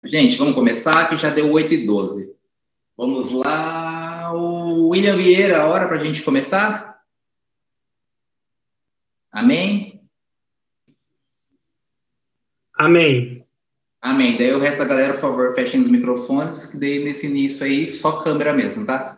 Gente, vamos começar, que já deu 8h12. Vamos lá. O William Vieira, a hora para a gente começar? Amém? Amém. Amém. Daí o resto da galera, por favor, fechem os microfones, que daí nesse início aí, só câmera mesmo, tá?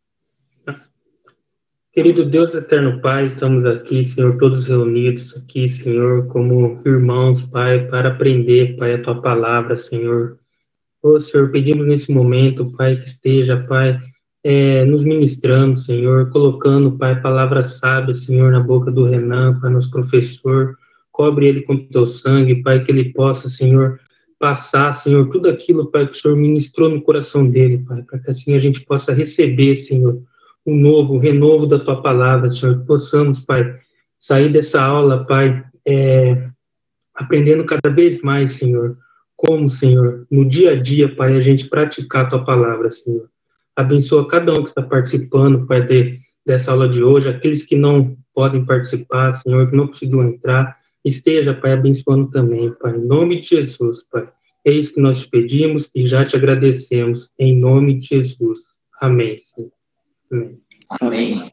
Querido Deus eterno Pai, estamos aqui, Senhor, todos reunidos aqui, Senhor, como irmãos, Pai, para aprender, Pai, a Tua palavra, Senhor. Ô, Senhor, pedimos nesse momento, Pai, que esteja, Pai, nos ministrando, Senhor, colocando, Pai, palavras sábias, Senhor, na boca do Renan, Pai, nosso professor. Cobre ele com Teu sangue, Pai, que ele possa, Senhor, passar, Senhor, tudo aquilo, Pai, que o Senhor ministrou no coração dele, Pai, para que assim a gente possa receber, Senhor, o renovo da Tua palavra, Senhor, que possamos, Pai, sair dessa aula, Pai, aprendendo cada vez mais, Senhor, como, Senhor, no dia a dia, Pai, a gente praticar a Tua palavra, Senhor. Abençoa cada um que está participando, Pai, dessa aula de hoje, aqueles que não podem participar, Senhor, que não conseguiram entrar, esteja, Pai, abençoando também, Pai, em nome de Jesus, Pai. É isso que nós te pedimos e já te agradecemos, em nome de Jesus. Amém, Senhor. Amém. Amém.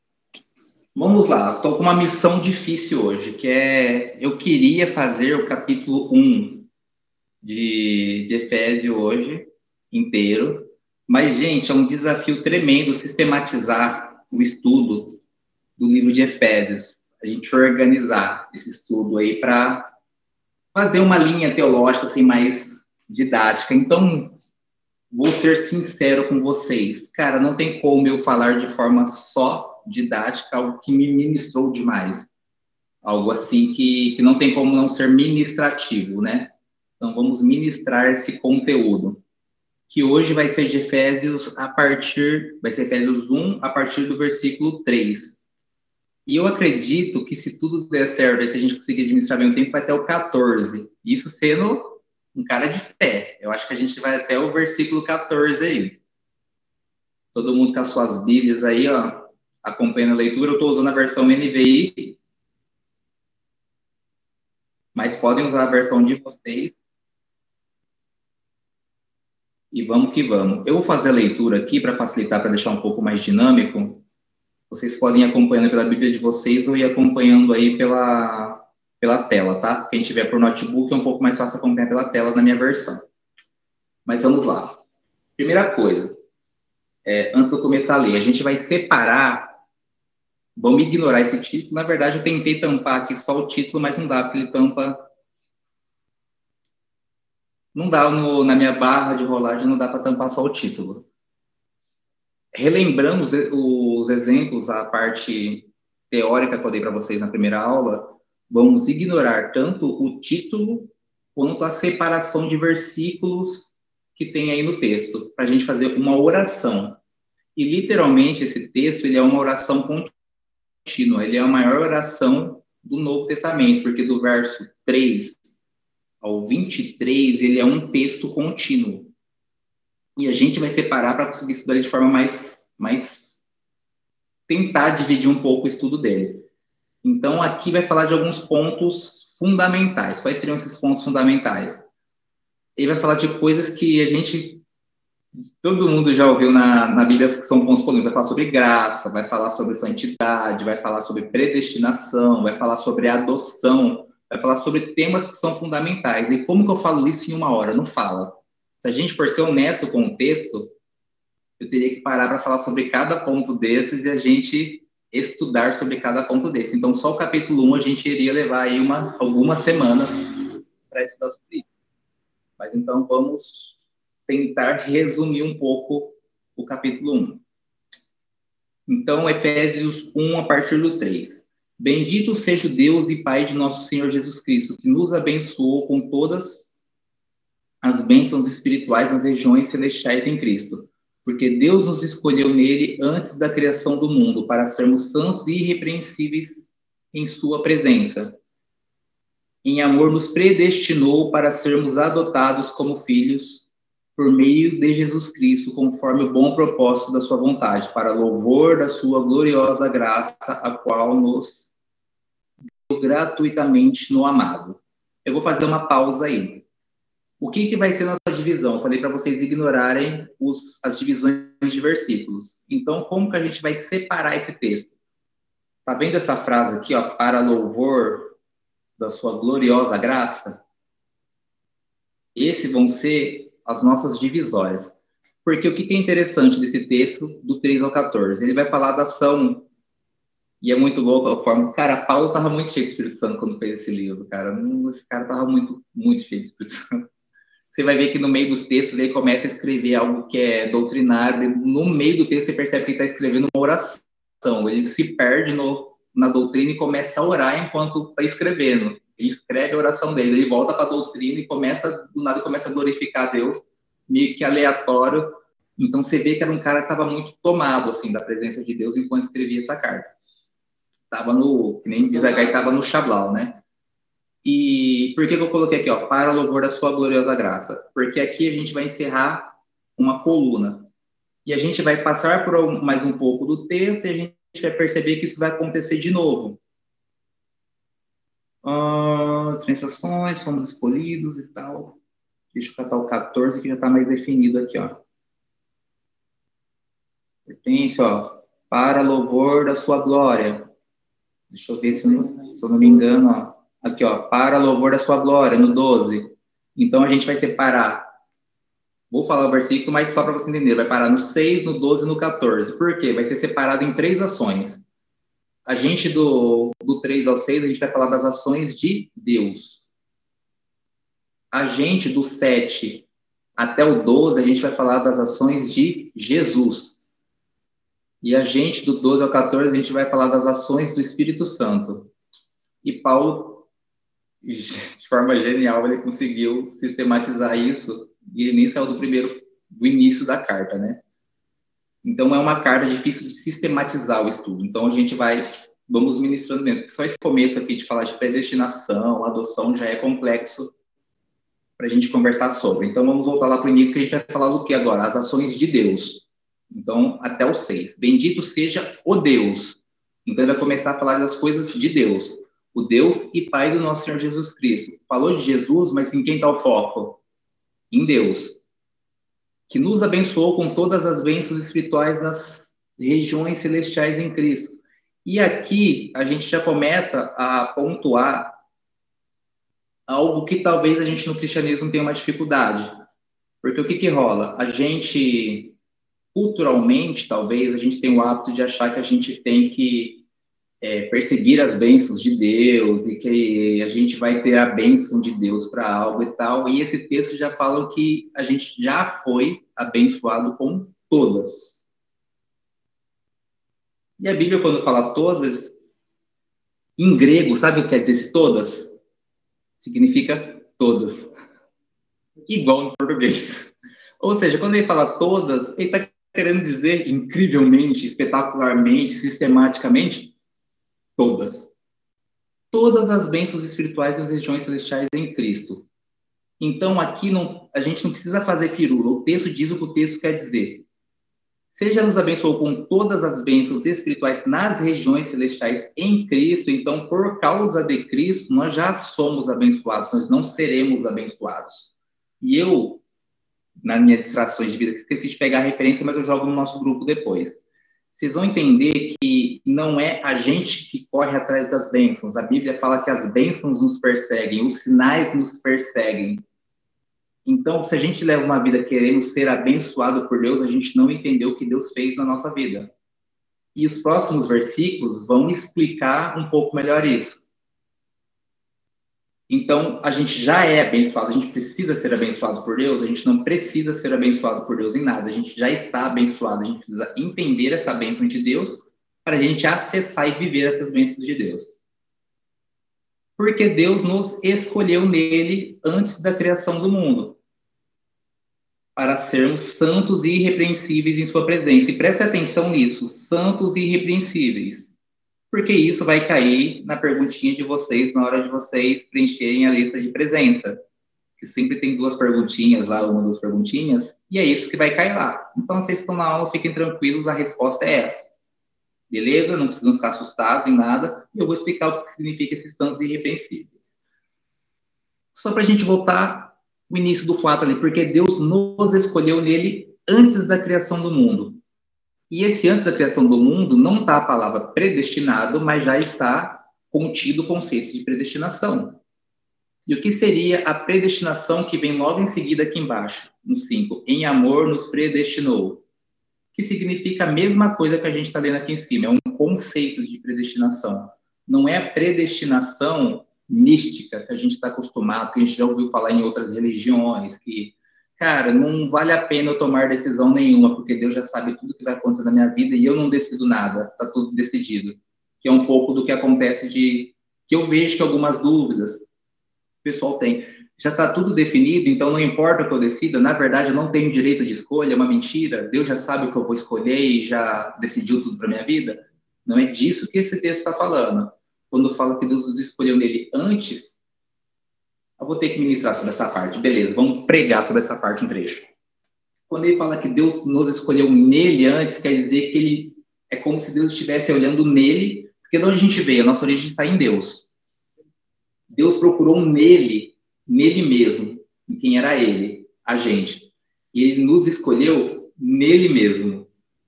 Vamos lá, estou com uma missão difícil hoje, que eu queria fazer o capítulo 1 de Efésio hoje, inteiro, mas, gente, é um desafio tremendo sistematizar o estudo do livro de Efésios. A gente organizar esse estudo aí para fazer uma linha teológica assim mais didática. Então, vou ser sincero com vocês. Cara, não tem como eu falar de forma só didática algo que me ministrou demais. Algo assim que não tem como não ser ministrativo, né? Então, vamos ministrar esse conteúdo, que hoje vai ser de Efésios vai ser Efésios 1, a partir do versículo 3. E eu acredito que se tudo der certo, se a gente conseguir administrar bem o tempo, vai até o 14. Isso sendo um cara de fé. Eu acho que a gente vai até o versículo 14 aí. Todo mundo com as suas Bíblias aí, ó, acompanhando a leitura. Eu estou usando a versão NVI, mas podem usar a versão de vocês. E vamos que vamos. Eu vou fazer a leitura aqui para facilitar, para deixar um pouco mais dinâmico. Vocês podem ir acompanhando pela Bíblia de vocês ou ir acompanhando aí pela tela, tá? Quem tiver por notebook é um pouco mais fácil acompanhar pela tela na minha versão. Mas vamos lá. Primeira coisa, antes de eu começar a ler, a gente vai separar, vamos ignorar esse título. Na verdade, eu tentei tampar aqui só o título, mas não dá, porque ele tampa... Não dá na minha barra de rolagem, não dá para tampar só o título. Relembrando os exemplos, a parte teórica que eu dei para vocês na primeira aula, vamos ignorar tanto o título quanto a separação de versículos que tem aí no texto, para a gente fazer uma oração. E, literalmente, esse texto ele é uma oração contínua, ele é a maior oração do Novo Testamento, porque do verso 3 ao 23, ele é um texto contínuo. E a gente vai separar para conseguir estudar de forma mais tentar dividir um pouco o estudo dele. Então, aqui vai falar de alguns pontos fundamentais. Quais seriam esses pontos fundamentais? Ele vai falar de coisas que todo mundo já ouviu na Bíblia, que são pontos polêmicos. Vai falar sobre graça, vai falar sobre santidade, vai falar sobre predestinação, vai falar sobre adoção, vai falar sobre temas que são fundamentais. E como que eu falo isso em uma hora? Não fala. Se a gente for ser honesto com o texto, eu teria que parar para falar sobre cada ponto desses e a gente estudar sobre cada ponto desse. Então, só o capítulo 1 a gente iria levar aí algumas semanas para estudar sobre isso. Mas então vamos tentar resumir um pouco o capítulo 1. Então, Efésios 1, a partir do 3. Bendito seja o Deus e Pai de nosso Senhor Jesus Cristo, que nos abençoou com todas as bênçãos espirituais nas regiões celestiais em Cristo. Porque Deus nos escolheu nele antes da criação do mundo, para sermos santos e irrepreensíveis em sua presença. Em amor nos predestinou para sermos adotados como filhos por meio de Jesus Cristo, conforme o bom propósito da sua vontade, para louvor da sua gloriosa graça, a qual nos deu gratuitamente no amado. Eu vou fazer uma pausa aí. O que vai ser nossa divisão. Eu falei para vocês ignorarem as divisões de versículos. Então, como que a gente vai separar esse texto? Tá vendo essa frase aqui, ó? Para louvor da sua gloriosa graça? Esses vão ser as nossas divisórias. Porque o que é interessante desse texto, do 3 ao 14? Ele vai falar da ação, e é muito louco a forma. Cara, Paulo estava muito cheio de Espírito Santo quando fez esse livro, cara. Esse cara estava muito, muito cheio de Espírito Santo. Você vai ver que no meio dos textos ele começa a escrever algo que é doutrinário. No meio do texto você percebe que ele está escrevendo uma oração. Ele se perde na doutrina e começa a orar enquanto está escrevendo. Ele escreve a oração dele, ele volta para a doutrina e do nada começa a glorificar a Deus, meio que aleatório. Então você vê que era um cara que estava muito tomado assim da presença de Deus enquanto escrevia essa carta. Que nem diz a estava no Xablau, né? E por que eu coloquei aqui, ó, para louvor da sua gloriosa graça? Porque aqui a gente vai encerrar uma coluna. E a gente vai passar por mais um pouco do texto e a gente vai perceber que isso vai acontecer de novo. Dispensações, fomos escolhidos e tal. Deixa eu catar o 14 que já está mais definido aqui, ó. Pertence, ó, para louvor da sua glória. Deixa eu ver se eu não me engano, ó. Aqui, ó, para louvor da sua glória, no 12. Então, a gente vai separar. Vou falar o versículo, mas só para você entender. Vai parar no 6, no 12 e no 14. Por quê? Vai ser separado em 3 ações. A gente, do 3 ao 6, a gente vai falar das ações de Deus. A gente, do 7 até o 12, a gente vai falar das ações de Jesus. E a gente, do 12 ao 14, a gente vai falar das ações do Espírito Santo. E Paulo, de forma genial, ele conseguiu sistematizar isso, e ele nem saiu do início da carta, né? Então, é uma carta difícil de sistematizar o estudo. Então, vamos ministrando mesmo. Só esse começo aqui de falar de predestinação, adoção, já é complexo para a gente conversar sobre. Então, vamos voltar lá para o início, que a gente vai falar do que agora? As ações de Deus. Então, até o 6. Bendito seja o Deus. Então, ele vai começar a falar das coisas de Deus. O Deus e Pai do nosso Senhor Jesus Cristo. Falou de Jesus, mas em quem está o foco? Em Deus. Que nos abençoou com todas as bênçãos espirituais nas regiões celestiais em Cristo. E aqui, a gente já começa a pontuar algo que talvez a gente no cristianismo tenha uma dificuldade. Porque o que rola? A gente, culturalmente, talvez, a gente tem o hábito de achar que a gente tem que perseguir as bênçãos de Deus e que a gente vai ter a bênção de Deus para algo e tal. E esse texto já fala que a gente já foi abençoado com todas. E a Bíblia, quando fala todas, em grego, sabe o que quer dizer esse todas? Significa todas. Igual no português. Ou seja, quando ele fala todas, ele está querendo dizer incrivelmente, espetacularmente, sistematicamente, todas. Todas as bênçãos espirituais das regiões celestiais em Cristo. Então, aqui a gente não precisa fazer firula. O texto diz o que o texto quer dizer. Seja nos abençoou com todas as bênçãos espirituais nas regiões celestiais em Cristo. Então, por causa de Cristo, nós já somos abençoados. Nós não seremos abençoados. E eu, nas minhas distrações de vida, esqueci de pegar a referência, mas eu jogo no nosso grupo depois. Vocês vão entender que não é a gente que corre atrás das bênçãos. A Bíblia fala que as bênçãos nos perseguem, os sinais nos perseguem. Então, se a gente leva uma vida querendo ser abençoado por Deus, a gente não entendeu o que Deus fez na nossa vida. E os próximos versículos vão explicar um pouco melhor isso. Então, a gente já é abençoado, a gente precisa ser abençoado por Deus, a gente não precisa ser abençoado por Deus em nada, a gente já está abençoado, a gente precisa entender essa bênção de Deus para a gente acessar e viver essas bênçãos de Deus. Porque Deus nos escolheu nele antes da criação do mundo, para sermos santos e irrepreensíveis em sua presença. E preste atenção nisso, santos e irrepreensíveis. Porque isso vai cair na perguntinha de vocês na hora de vocês preencherem a lista de presença. Que sempre tem 2 perguntinhas lá, 1 ou 2 perguntinhas, e é isso que vai cair lá. Então, vocês estão na aula, fiquem tranquilos, a resposta é essa. Beleza? Não precisam ficar assustados em nada, e eu vou explicar o que significa esses santos irrepreensíveis. Só para a gente voltar o início do 4 ali, porque Deus nos escolheu nele antes da criação do mundo. E esse antes da criação do mundo não está a palavra predestinado, mas já está contido o conceito de predestinação. E o que seria a predestinação que vem logo em seguida aqui embaixo, no 5? Em amor nos predestinou. Que significa a mesma coisa que a gente está lendo aqui em cima, é um conceito de predestinação. Não é a predestinação mística que a gente está acostumado, que a gente já ouviu falar em outras religiões, que, cara, não vale a pena eu tomar decisão nenhuma, porque Deus já sabe tudo que vai acontecer na minha vida e eu não decido nada, está tudo decidido. Que é um pouco do que acontece que eu vejo que algumas dúvidas o pessoal tem. Já está tudo definido, então não importa o que eu decida, na verdade eu não tenho direito de escolha, é uma mentira, Deus já sabe o que eu vou escolher e já decidiu tudo para minha vida. Não é disso que esse texto está falando. Quando fala que Deus nos escolheu nele antes, eu vou ter que ministrar sobre essa parte. Beleza, vamos pregar sobre essa parte um trecho. Quando ele fala que Deus nos escolheu nele antes, quer dizer que ele é como se Deus estivesse olhando nele, porque de onde a gente veio, a nossa origem está em Deus. Deus procurou nele mesmo, em quem era ele, a gente. E ele nos escolheu nele mesmo.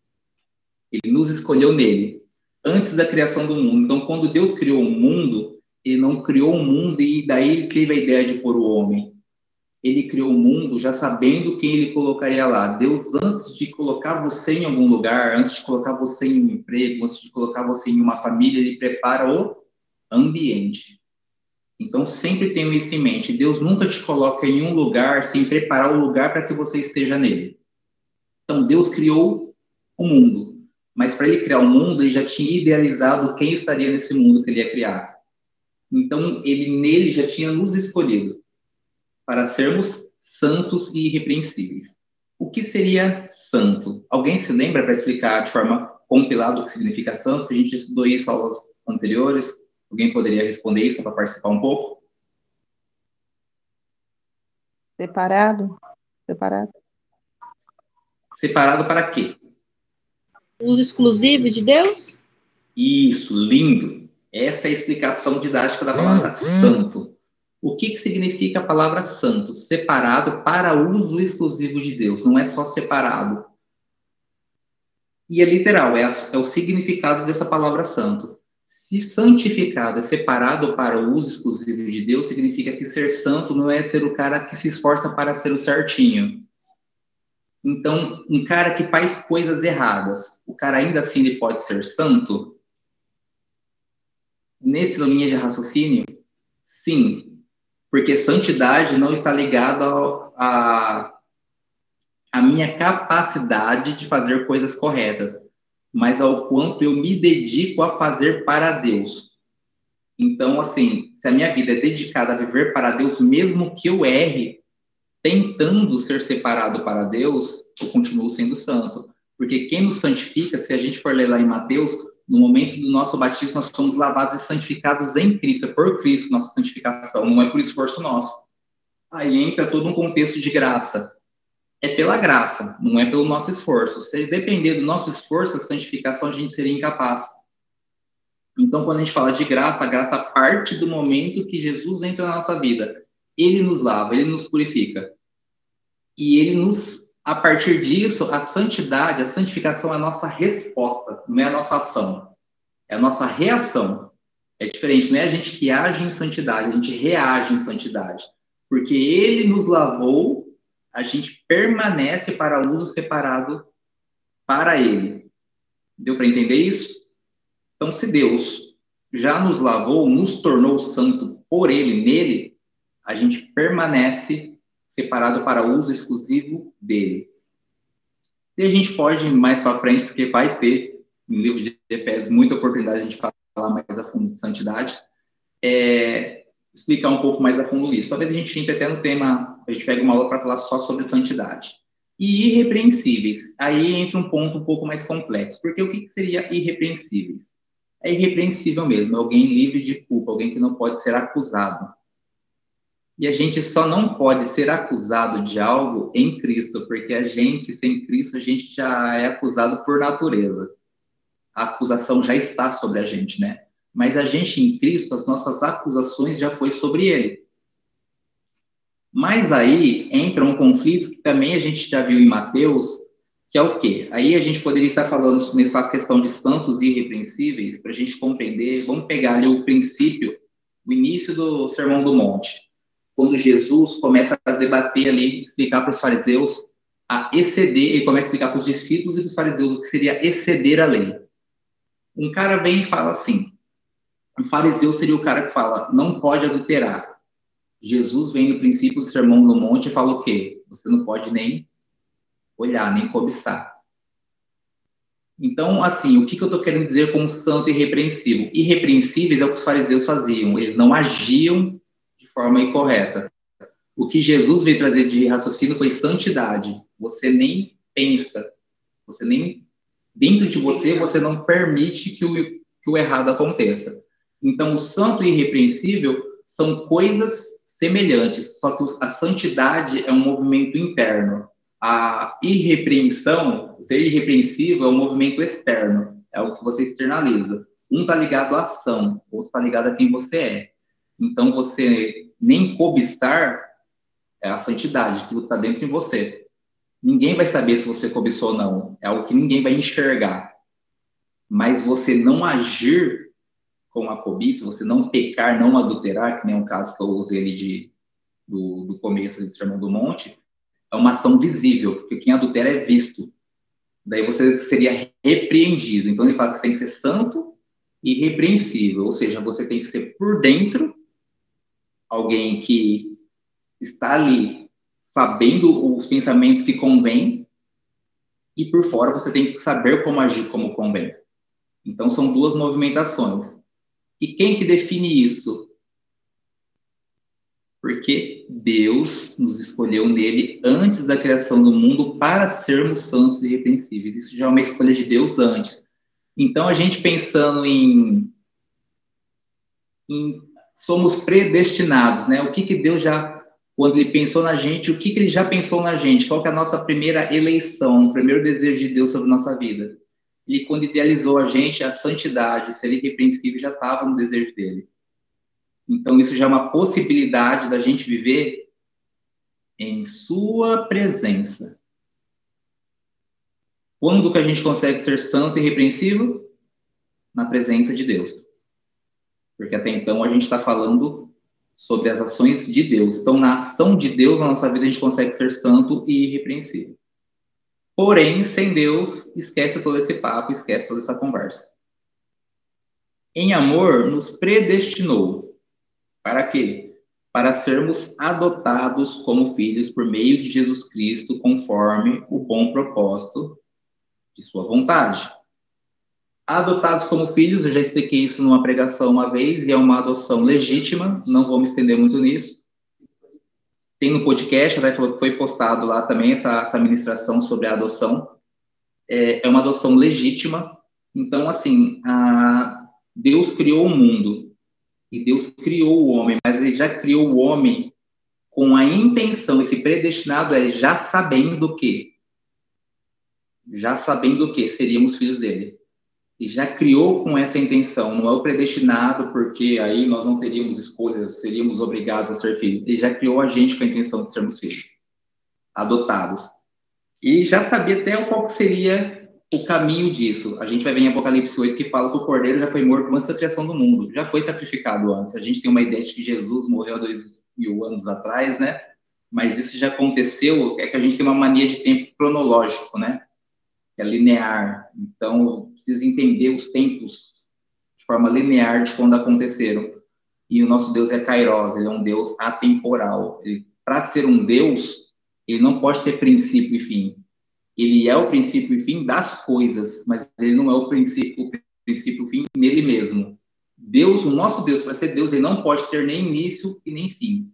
Ele nos escolheu nele, antes da criação do mundo. Então, quando Deus criou o mundo, ele não criou o mundo e daí ele teve a ideia de pôr o homem. Ele criou o mundo já sabendo quem ele colocaria lá. Deus, antes de colocar você em algum lugar, antes de colocar você em um emprego, antes de colocar você em uma família, ele prepara o ambiente. Então, sempre tenha isso em mente. Deus nunca te coloca em um lugar sem preparar o lugar para que você esteja nele. Então, Deus criou o mundo. Mas para ele criar o mundo, ele já tinha idealizado quem estaria nesse mundo que ele ia criar. Então, ele nele já tinha nos escolhido para sermos santos e irrepreensíveis. O que seria santo? Alguém se lembra para explicar de forma compilada o que significa santo? Que a gente estudou isso em aulas anteriores. Alguém poderia responder isso para participar um pouco? Separado? Separado para quê? Uso exclusivo de Deus? Isso, lindo. Essa é a explicação didática da palavra santo. O que significa a palavra santo? Separado para uso exclusivo de Deus. Não é só separado. E é literal, é o significado dessa palavra santo. Se santificado é separado para o uso exclusivo de Deus, significa que ser santo não é ser o cara que se esforça para ser o certinho. Então, um cara que faz coisas erradas, o cara ainda assim ele pode ser santo? Nessa linha de raciocínio, sim. Porque santidade não está ligada à minha capacidade de fazer coisas corretas, mas ao quanto eu me dedico a fazer para Deus. Então, assim, se a minha vida é dedicada a viver para Deus, mesmo que eu erre, tentando ser separado para Deus, eu continuo sendo santo. Porque quem nos santifica, se a gente for ler lá em Mateus, no momento do nosso batismo, nós somos lavados e santificados em Cristo. É por Cristo nossa santificação, não é por esforço nosso. Aí entra todo um contexto de graça. É pela graça, não é pelo nosso esforço. Se depender do nosso esforço, a santificação a gente seria incapaz. Então, quando a gente fala de graça, a graça parte do momento que Jesus entra na nossa vida. Ele nos lava, ele nos purifica. E ele nos, a partir disso, a santidade, a santificação é a nossa resposta, não é a nossa ação. É a nossa reação. É diferente, não é a gente que age em santidade, a gente reage em santidade. Porque ele nos lavou, a gente permanece para uso separado para ele. Deu para entender isso? Então, se Deus já nos lavou, nos tornou santo por ele, nele, a gente permanece separado para uso exclusivo dele. E a gente pode ir mais para frente, porque vai ter no livro de Efésios muita oportunidade de a gente falar mais a fundo de santidade, explicar um pouco mais a fundo isso. Talvez a gente entre até no tema, a gente pegue uma aula para falar só sobre santidade. E irrepreensíveis, aí entra um ponto um pouco mais complexo, porque o que seria irrepreensíveis? É irrepreensível mesmo, é alguém livre de culpa, alguém que não pode ser acusado. E a gente só não pode ser acusado de algo em Cristo, porque a gente, sem Cristo, a gente já é acusado por natureza. A acusação já está sobre a gente, né? Mas a gente em Cristo, as nossas acusações já foi sobre ele. Mas aí entra um conflito que também a gente já viu em Mateus, que é o quê? Aí a gente poderia estar falando nessa questão de santos irrepreensíveis, para a gente compreender, vamos pegar ali o princípio, o início do Sermão do Monte, quando Jesus começa a debater ali, explicar para os fariseus a exceder, ele começa a explicar para os discípulos e para os fariseus o que seria exceder a lei. Um cara vem e fala assim, o fariseu seria o cara que fala, não pode adulterar. Jesus vem no princípio do Sermão do Monte e fala o quê? Você não pode nem olhar, nem cobiçar. Então, assim, o que eu estou querendo dizer com santo e irrepreensível? Irrepreensíveis é o que os fariseus faziam, eles não agiam de forma incorreta. O que Jesus veio trazer de raciocínio foi santidade. Você nem pensa, você nem dentro de você, você não permite que o errado aconteça. Então, o santo e irrepreensível são coisas semelhantes, só que a santidade é um movimento interno. A irrepreensão, ser irrepreensível, é um movimento externo, é o que você externaliza. Um está ligado à ação, o outro está ligado a quem você é. Então, você nem cobiçar é a santidade, aquilo que está dentro de você. Ninguém vai saber se você cobiçou ou não, é algo que ninguém vai enxergar. Mas você não agir com a cobiça, você não pecar, não adulterar, que nem o caso que eu usei ali do começo do Sermão do Monte, é uma ação visível, porque quem adultera é visto. Daí você seria repreendido. Então ele fala que você tem que ser santo e irrepreensível, ou seja, você tem que ser por dentro alguém que está ali sabendo os pensamentos que convém e por fora você tem que saber como agir como convém. Então são duas movimentações. E quem que define isso? Porque Deus nos escolheu nele antes da criação do mundo para sermos santos e irrepreensíveis. Isso já é uma escolha de Deus antes. Então, a gente pensando em somos predestinados, né? O que Deus já, quando ele pensou na gente, o que ele já pensou na gente? Qual que é a nossa primeira eleição, o primeiro desejo de Deus sobre a nossa vida? E quando idealizou a gente, a santidade, ser irrepreensível, já estava no desejo dele. Então, isso já é uma possibilidade da gente viver em sua presença. Quando que a gente consegue ser santo e irrepreensível? Na presença de Deus. Porque até então a gente está falando sobre as ações de Deus. Então, na ação de Deus na nossa vida, a gente consegue ser santo e irrepreensível. Porém, sem Deus, esquece todo esse papo, esquece toda essa conversa. Em amor, nos predestinou. Para quê? Para sermos adotados como filhos por meio de Jesus Cristo, conforme o bom propósito de sua vontade. Adotados como filhos, eu já expliquei isso numa pregação uma vez, e é uma adoção legítima, não vou me estender muito nisso. Tem no podcast, até falou que foi postado lá também essa ministração sobre a adoção. É uma adoção legítima. Então, assim, Deus criou o mundo. E Deus criou o homem, mas ele já criou o homem com a intenção, esse predestinado é já sabendo o quê? Já sabendo o quê? Seríamos filhos dele. E já criou com essa intenção, não é o predestinado porque aí nós não teríamos escolhas, seríamos obrigados a ser filhos. Ele já criou a gente com a intenção de sermos filhos, adotados. E já sabia até qual seria o caminho disso. A gente vai ver em Apocalipse 8 que fala que o Cordeiro já foi morto antes da criação do mundo, já foi sacrificado antes. A gente tem uma ideia de que Jesus morreu há 2000 anos atrás, né? Mas isso já aconteceu, é que a gente tem uma mania de tempo cronológico, né? É linear. Então, precisa entender os tempos de forma linear de quando aconteceram. E o nosso Deus é Kairos, ele é um Deus atemporal. Para ser um Deus, ele não pode ter princípio e fim. Ele é o princípio e fim das coisas, mas ele não é o princípio e fim nele mesmo. Deus, o nosso Deus, para ser Deus, ele não pode ter nem início e nem fim.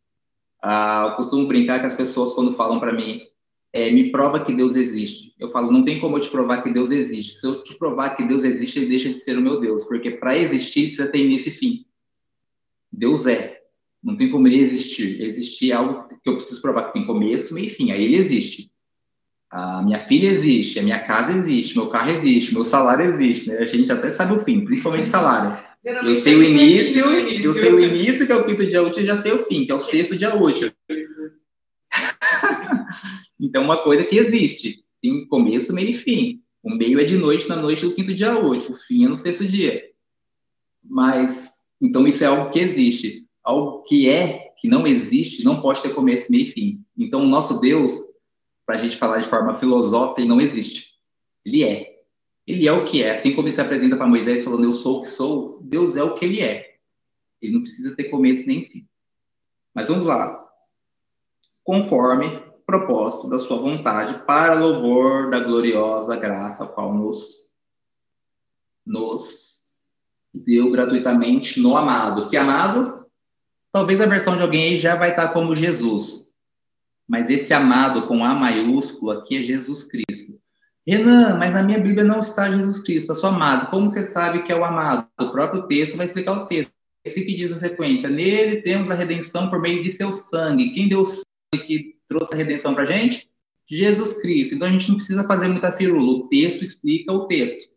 Eu costumo brincar com as pessoas quando falam para mim, me prova que Deus existe. Eu falo, não tem como eu te provar que Deus existe. Se eu te provar que Deus existe, ele deixa de ser o meu Deus, porque para existir precisa ter início e fim. Deus é. Não tem como ele existir. Existir é algo que eu preciso provar que tem começo, meio e fim. Aí ele existe. A minha filha existe, a minha casa existe, meu carro existe, meu salário existe, né? A gente até sabe o fim, principalmente salário. Eu sei o início, que é o quinto dia útil, e já sei o fim, que é o sexto dia útil. Então, uma coisa que existe, tem começo, meio e fim. O meio é de noite, na noite do quinto dia útil, o fim é no sexto dia. Mas, então, isso é algo que existe. Algo que não existe, não pode ter começo, meio e fim. Então, o nosso Deus, para a gente falar de forma filosófica, ele não existe. Ele é. Ele é o que é. Assim como ele se apresenta para Moisés falando, eu sou o que sou, Deus é o que ele é. Ele não precisa ter começo nem fim. Mas vamos lá. Conforme propósito da sua vontade, para louvor da gloriosa graça a qual nos deu gratuitamente no amado. Que amado? Talvez a versão de alguém aí já vai estar como Jesus. Mas esse amado com A maiúsculo aqui é Jesus Cristo. Renan, mas na minha Bíblia não está Jesus Cristo, está só amado. Como você sabe que é o amado? O próprio texto vai explicar o texto. O que diz na sequência? Nele temos a redenção por meio de seu sangue. Quem deu o sangue que trouxe a redenção para a gente? Jesus Cristo. Então a gente não precisa fazer muita firula. O texto explica o texto.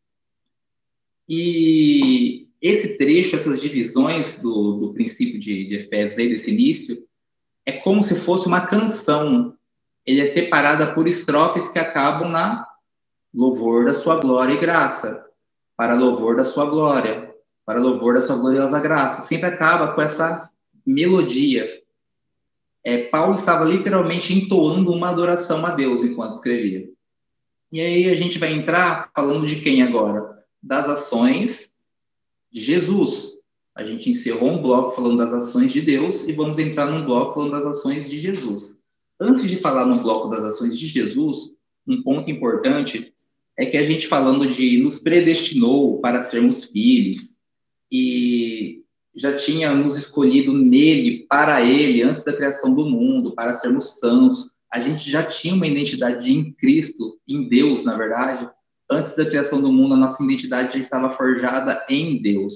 E esse trecho, essas divisões do princípio de Efésios aí, desse início, é como se fosse uma canção. Ele é separada por estrofes que acabam na louvor da sua glória e graça, para louvor da sua glória, para louvor da sua gloriosa graça. Sempre acaba com essa melodia. Paulo estava literalmente entoando uma adoração a Deus enquanto escrevia. E aí a gente vai entrar falando de quem agora? Das ações de Jesus. A gente encerrou um bloco falando das ações de Deus e vamos entrar num bloco falando das ações de Jesus. Antes de falar no bloco das ações de Jesus, um ponto importante é que a gente falando de nos predestinou para sermos filhos e já tinha nos escolhido nele, para ele, antes da criação do mundo, para sermos santos. A gente já tinha uma identidade em Cristo, em Deus, na verdade. Antes da criação do mundo, a nossa identidade já estava forjada em Deus.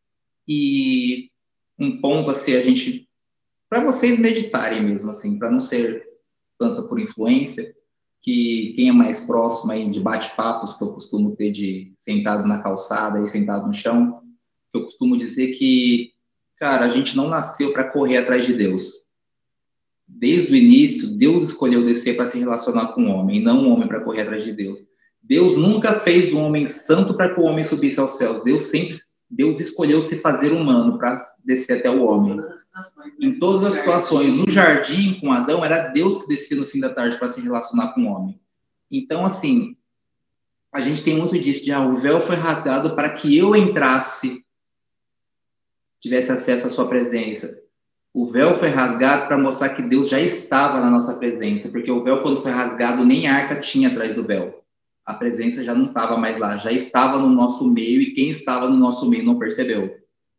E um ponto, assim, a gente... Para vocês meditarem mesmo, assim, para não ser tanta por influência, que quem é mais próximo aí de bate-papos que eu costumo ter de sentado na calçada e sentado no chão, eu costumo dizer que, cara, a gente não nasceu para correr atrás de Deus. Desde o início, Deus escolheu descer para se relacionar com o homem, e não o homem para correr atrás de Deus. Deus nunca fez o homem santo para que o homem subisse aos céus. Deus escolheu se fazer humano para descer até o homem. Em todas as situações, no jardim com Adão, era Deus que descia no fim da tarde para se relacionar com o homem. Então, assim, a gente tem muito disso, de o véu foi rasgado para que eu entrasse, tivesse acesso à sua presença. O véu foi rasgado para mostrar que Deus já estava na nossa presença, porque o véu, quando foi rasgado, nem a arca tinha atrás do véu. A presença já não estava mais lá, já estava no nosso meio, e quem estava no nosso meio não percebeu.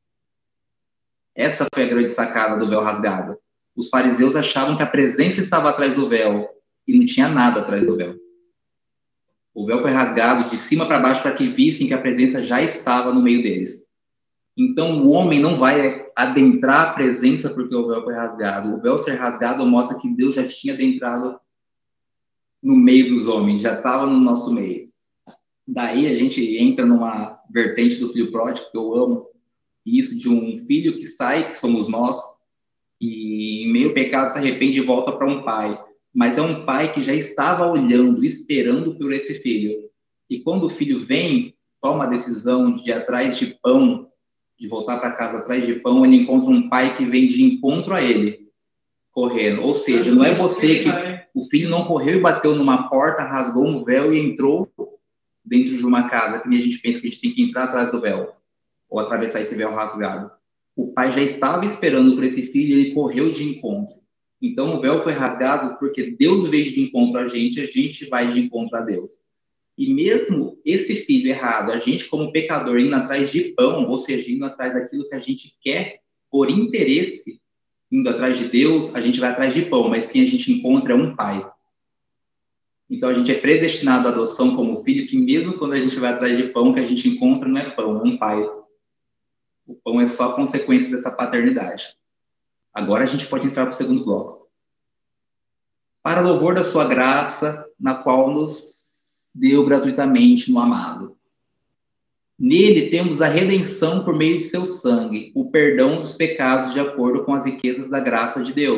Essa foi a grande sacada do véu rasgado. Os fariseus achavam que a presença estava atrás do véu, e não tinha nada atrás do véu. O véu foi rasgado de cima para baixo para que vissem que a presença já estava no meio deles. Então, o homem não vai adentrar a presença porque o véu foi rasgado. O véu ser rasgado mostra que Deus já tinha adentrado no meio dos homens, já estava no nosso meio. Daí a gente entra numa vertente do filho pródigo, que eu amo, isso de um filho que sai, que somos nós, e em meio ao pecado se arrepende e volta para um pai. Mas é um pai que já estava olhando, esperando por esse filho. E quando o filho vem, toma a decisão de ir atrás de pão, de voltar para casa atrás de pão, ele encontra um pai que vem de encontro a ele, correndo. Ou seja, não é você que... O filho não correu e bateu numa porta, rasgou um véu e entrou dentro de uma casa, que nem a gente pensa que a gente tem que entrar atrás do véu, ou atravessar esse véu rasgado. O pai já estava esperando por esse filho e ele correu de encontro. Então, o véu foi rasgado porque Deus veio de encontro a gente vai de encontro a Deus. E mesmo esse filho errado, a gente como pecador indo atrás de pão, ou seja, indo atrás daquilo que a gente quer por interesse, indo atrás de Deus, a gente vai atrás de pão, mas quem a gente encontra é um pai. Então a gente é predestinado à adoção como filho, que mesmo quando a gente vai atrás de pão, o que a gente encontra não é pão, é um pai. O pão é só consequência dessa paternidade. Agora a gente pode entrar para o segundo bloco. Para louvor da sua graça, na qual nos deu gratuitamente no amado. Nele temos a redenção por meio de seu sangue, o perdão dos pecados de acordo com as riquezas da graça de Deus.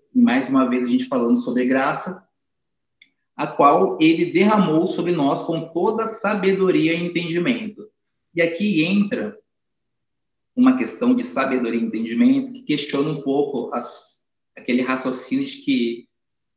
e mais uma vez a gente falando sobre graça, a qual ele derramou sobre nós com toda sabedoria e entendimento. E aqui entra uma questão de sabedoria e entendimento que questiona um pouco aquele raciocínio de que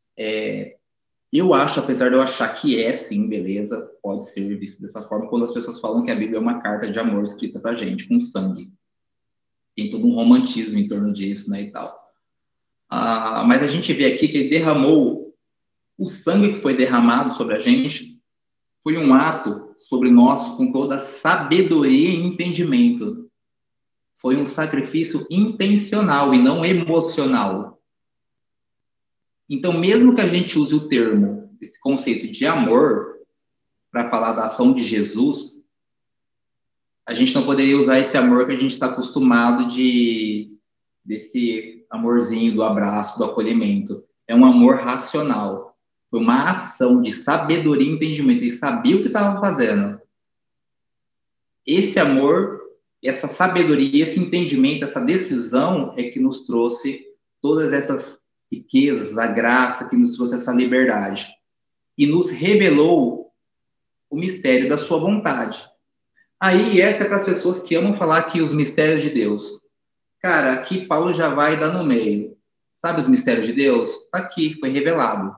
eu acho, apesar de eu achar que é, sim, beleza, pode ser visto dessa forma, quando as pessoas falam que a Bíblia é uma carta de amor escrita pra gente, com sangue. Tem todo um romantismo em torno disso, né, e tal. Mas a gente vê aqui que ele derramou, o sangue que foi derramado sobre a gente foi um ato sobre nós com toda sabedoria e entendimento. Foi um sacrifício intencional e não emocional. Então, mesmo que a gente use o termo, esse conceito de amor, para falar da ação de Jesus, a gente não poderia usar esse amor que a gente está acostumado desse amorzinho do abraço, do acolhimento. É um amor racional. Foi uma ação de sabedoria e entendimento. Ele sabia o que estava fazendo. Esse amor, essa sabedoria, esse entendimento, essa decisão é que nos trouxe todas essas riquezas, a graça, que nos trouxe essa liberdade. E nos revelou o mistério da sua vontade. Aí, essa é para as pessoas que amam falar aqui os mistérios de Deus. Cara, aqui Paulo já vai dar no meio. Sabe os mistérios de Deus? Está aqui, foi revelado.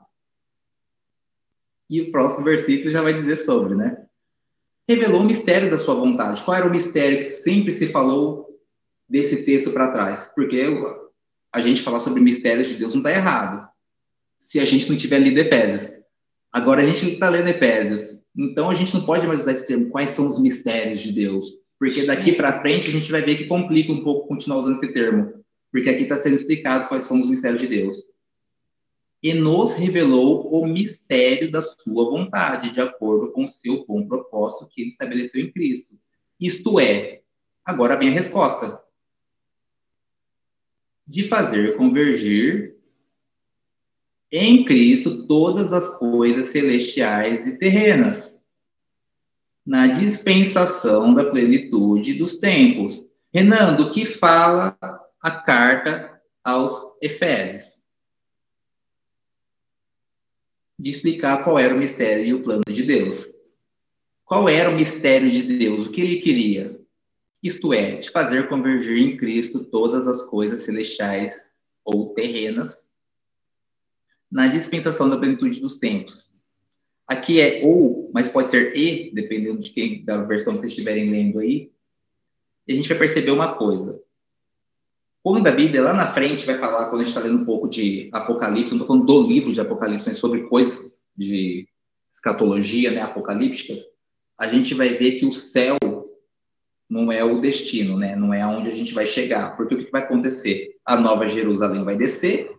E o próximo versículo já vai dizer sobre, né? Revelou o mistério da sua vontade. Qual era o mistério que sempre se falou desse texto para trás? Porque a gente falar sobre mistérios de Deus não está errado. Se a gente não tiver lido Efésios. Agora a gente está lendo Efésios. Então a gente não pode mais usar esse termo. Quais são os mistérios de Deus? Porque daqui para frente a gente vai ver que complica um pouco continuar usando esse termo. Porque aqui está sendo explicado quais são os mistérios de Deus. E nos revelou o mistério da sua vontade, de acordo com o seu bom propósito que ele estabeleceu em Cristo. Isto é, agora vem a resposta. De fazer convergir em Cristo todas as coisas celestiais e terrenas, na dispensação da plenitude dos tempos. Renan, do que fala a carta aos Efésios? De explicar qual era o mistério e o plano de Deus. Qual era o mistério de Deus? O que ele queria? Isto é, de fazer convergir em Cristo todas as coisas celestiais ou terrenas na dispensação da plenitude dos tempos. Aqui é ou, mas pode ser e, dependendo da versão que vocês estiverem lendo aí. E a gente vai perceber uma coisa. Quando a Bíblia, lá na frente, vai falar, quando a gente está lendo um pouco de Apocalipse, não estou falando do livro de Apocalipse, mas sobre coisas de escatologia, né, apocalípticas, a gente vai ver que o céu não é o destino, né, não é aonde a gente vai chegar. Porque o que vai acontecer? A Nova Jerusalém vai descer,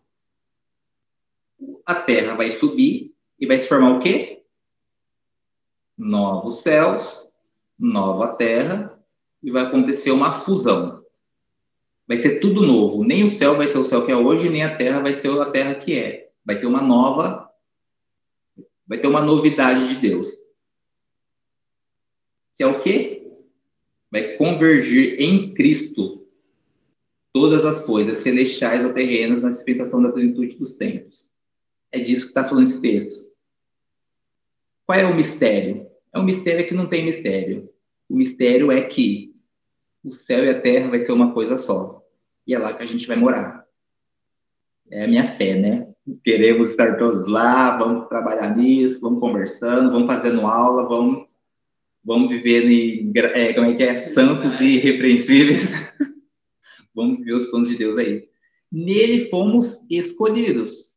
a terra vai subir e vai se formar o quê? Novos céus, nova terra, e vai acontecer uma fusão. Vai ser tudo novo. Nem o céu vai ser o céu que é hoje, nem a terra vai ser a terra que é. Vai ter uma novidade de Deus. Que é o quê? Vai convergir em Cristo todas as coisas, celestiais ou terrenas, na dispensação da plenitude dos tempos. É disso que está falando esse texto. Qual é o mistério? É um mistério que não tem mistério. O mistério é que o céu e a terra vai ser uma coisa só. E é lá que a gente vai morar. É a minha fé, né? Queremos estar todos lá, vamos trabalhar nisso, vamos conversando, vamos fazendo aula, vamos viver como é que é? Santos e irrepreensíveis. Vamos viver os planos de Deus aí. Nele fomos escolhidos.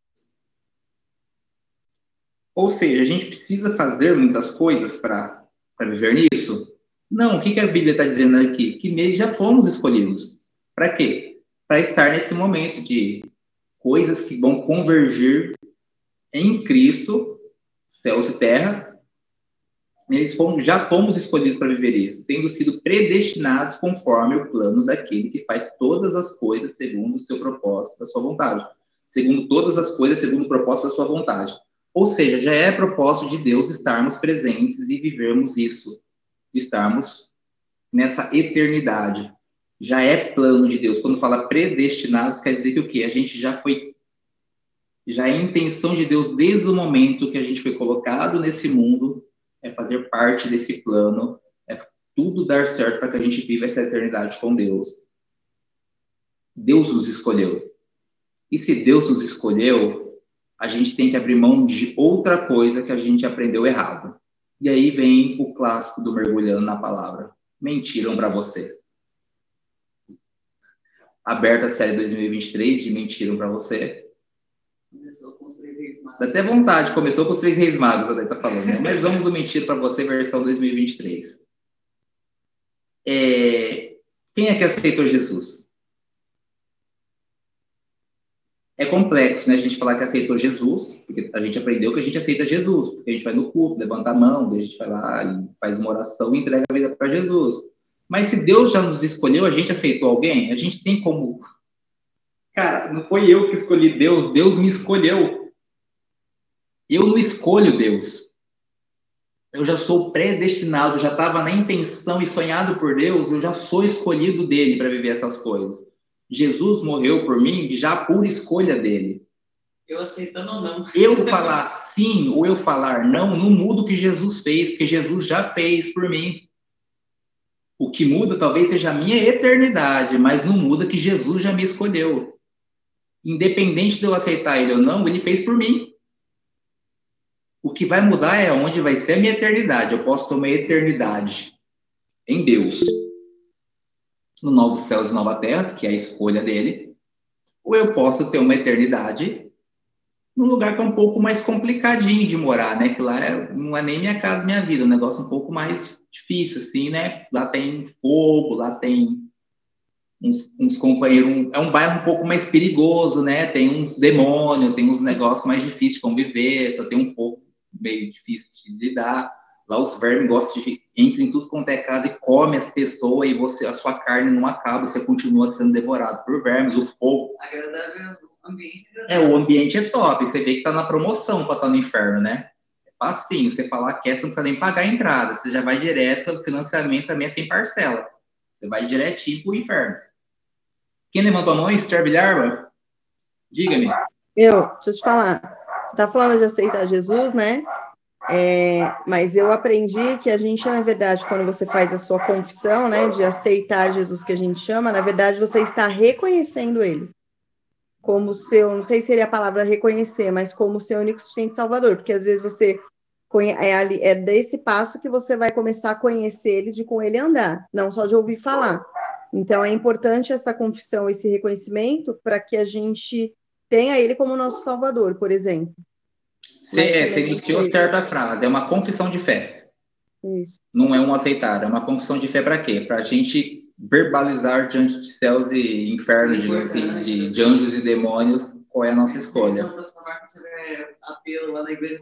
Ou seja, a gente precisa fazer muitas coisas para viver nisso? Não, o que a Bíblia está dizendo aqui? Que nele já fomos escolhidos. Para quê? Para estar nesse momento de coisas que vão convergir em Cristo, céus e terras. Já fomos escolhidos para viver isso, tendo sido predestinados conforme o plano daquele que faz todas as coisas segundo o seu propósito, da sua vontade. Segundo todas as coisas, segundo o propósito da sua vontade. Ou seja, já é propósito de Deus estarmos presentes e vivermos isso, de estarmos nessa eternidade. Já é plano de Deus. Quando fala predestinados, quer dizer que o quê? A gente já foi Já é a intenção de Deus desde o momento que a gente foi colocado nesse mundo, é fazer parte desse plano, é tudo dar certo para que a gente viva essa eternidade com Deus. Deus nos escolheu. E se Deus nos escolheu, a gente tem que abrir mão de outra coisa que a gente aprendeu errado. E aí vem o clássico do mergulhando na palavra. Mentiram para você. Aberta a série 2023 de Mentiram para você. Começou com os 3 Reis Magos. Dá até vontade, começou com os 3 Reis Magos, a Day tá falando, né? Mas vamos ao Mentira para você, versão 2023. Quem é que aceitou Jesus? É complexo, né? A gente falar que aceitou Jesus, porque a gente aprendeu que a gente aceita Jesus, porque a gente vai no culto, levanta a mão, a gente vai lá e faz uma oração e entrega a vida para Jesus. Mas se Deus já nos escolheu, a gente aceitou alguém? A gente tem como... Cara, não foi eu que escolhi Deus, Deus me escolheu. Eu não escolho Deus. Eu já sou predestinado, já estava na intenção e sonhado por Deus, eu já sou escolhido dele para viver essas coisas. Jesus morreu por mim já por escolha dele. Eu aceitando ou não. Eu falar sim ou eu falar não muda o que Jesus fez, porque Jesus já fez por mim. O que muda talvez seja a minha eternidade, mas não muda que Jesus já me escolheu. Independente de eu aceitar ele ou não, ele fez por mim. O que vai mudar é onde vai ser a minha eternidade. Eu posso ter uma eternidade em Deus, no novo céus e nova terra, que é a escolha dele, ou eu posso ter uma eternidade num lugar que é um pouco mais complicadinho de morar, né? Que lá não é nem minha casa, minha vida, é um negócio um pouco mais difícil, assim, né? Lá tem fogo, lá tem uns companheiros, é um bairro um pouco mais perigoso, né? Tem uns demônios, tem uns negócios mais difíceis de conviver, só tem um pouco meio difícil de lidar. Lá os vermes gostam de entrar em tudo quanto é casa e come as pessoas e a sua carne não acaba, você continua sendo devorado por vermes, o fogo. Agradável, o ambiente o ambiente é top, você vê que tá na promoção para estar no inferno, né? É facinho, você falar que você não precisa nem pagar a entrada, você já vai direto, o financiamento também é sem parcela. Você vai direitinho pro inferno. Quem levantou a mão? Esther Bilharba? Diga-me. Deixa eu te falar. Você está falando de aceitar Jesus, né? Mas eu aprendi que a gente, na verdade, quando você faz a sua confissão, né, de aceitar Jesus, que a gente chama, na verdade, você está reconhecendo ele como seu, não sei se seria a palavra reconhecer, mas como seu único e suficiente Salvador, porque às vezes você é desse passo que você vai começar a conhecer ele, de com ele andar, não só de ouvir falar. Então, é importante essa confissão, esse reconhecimento, para que a gente tenha ele como nosso Salvador, por exemplo. Você iniciou certa frase, é uma confissão de fé. Isso. Não é um aceitar, é uma confissão de fé para quê? Para a gente verbalizar diante de céus e infernos, digamos assim, de anjos e demônios, qual é a nossa escolha. Apelo lá na igreja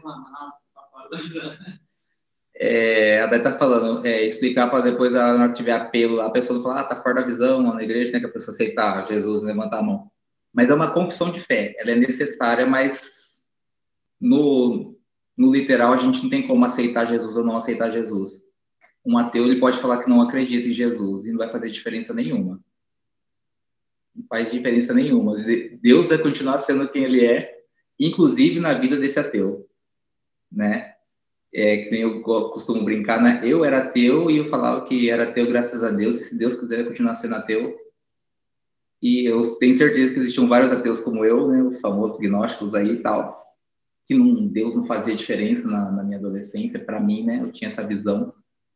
a Day tá falando, explicar para depois, na hora que tiver apelo, a pessoa falar, tá fora da visão, na igreja, né, que a pessoa aceitar Jesus e levantar a mão. Mas é uma confissão de fé, ela é necessária, mas no literal a gente não tem como aceitar Jesus ou não aceitar Jesus. Um ateu, ele pode falar que não acredita em Jesus e não vai fazer diferença nenhuma. Não faz diferença nenhuma. Deus vai continuar sendo quem ele é, inclusive na vida desse ateu, né? Que nem eu costumo brincar, né? Eu era ateu e eu falava que era ateu graças a Deus, e se Deus quiser eu continuar sendo ateu. E eu tenho certeza que existiam vários ateus como eu, né? Os famosos gnósticos aí e tal, que Deus não fazia diferença na minha adolescência, para mim, né? Eu tinha essa visão.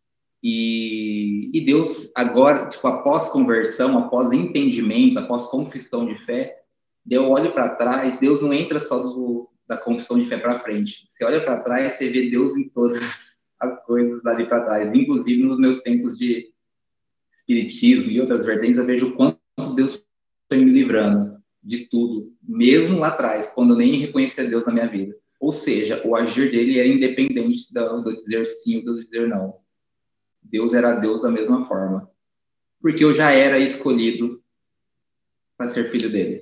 E Deus, agora, tipo, após conversão, após entendimento, após confissão de fé, eu olho para trás, Deus não entra só da confissão de fé para frente. Você olha para trás, você vê Deus em todas as coisas dali para trás, inclusive nos meus tempos de espiritismo e outras vertentes, eu vejo o quanto Deus foi me livrando de tudo, mesmo lá atrás, quando eu nem reconhecia Deus na minha vida. Ou seja, o agir dele era independente do dizer sim ou do dizer não. Deus era Deus da mesma forma. Porque eu já era escolhido para ser filho dele.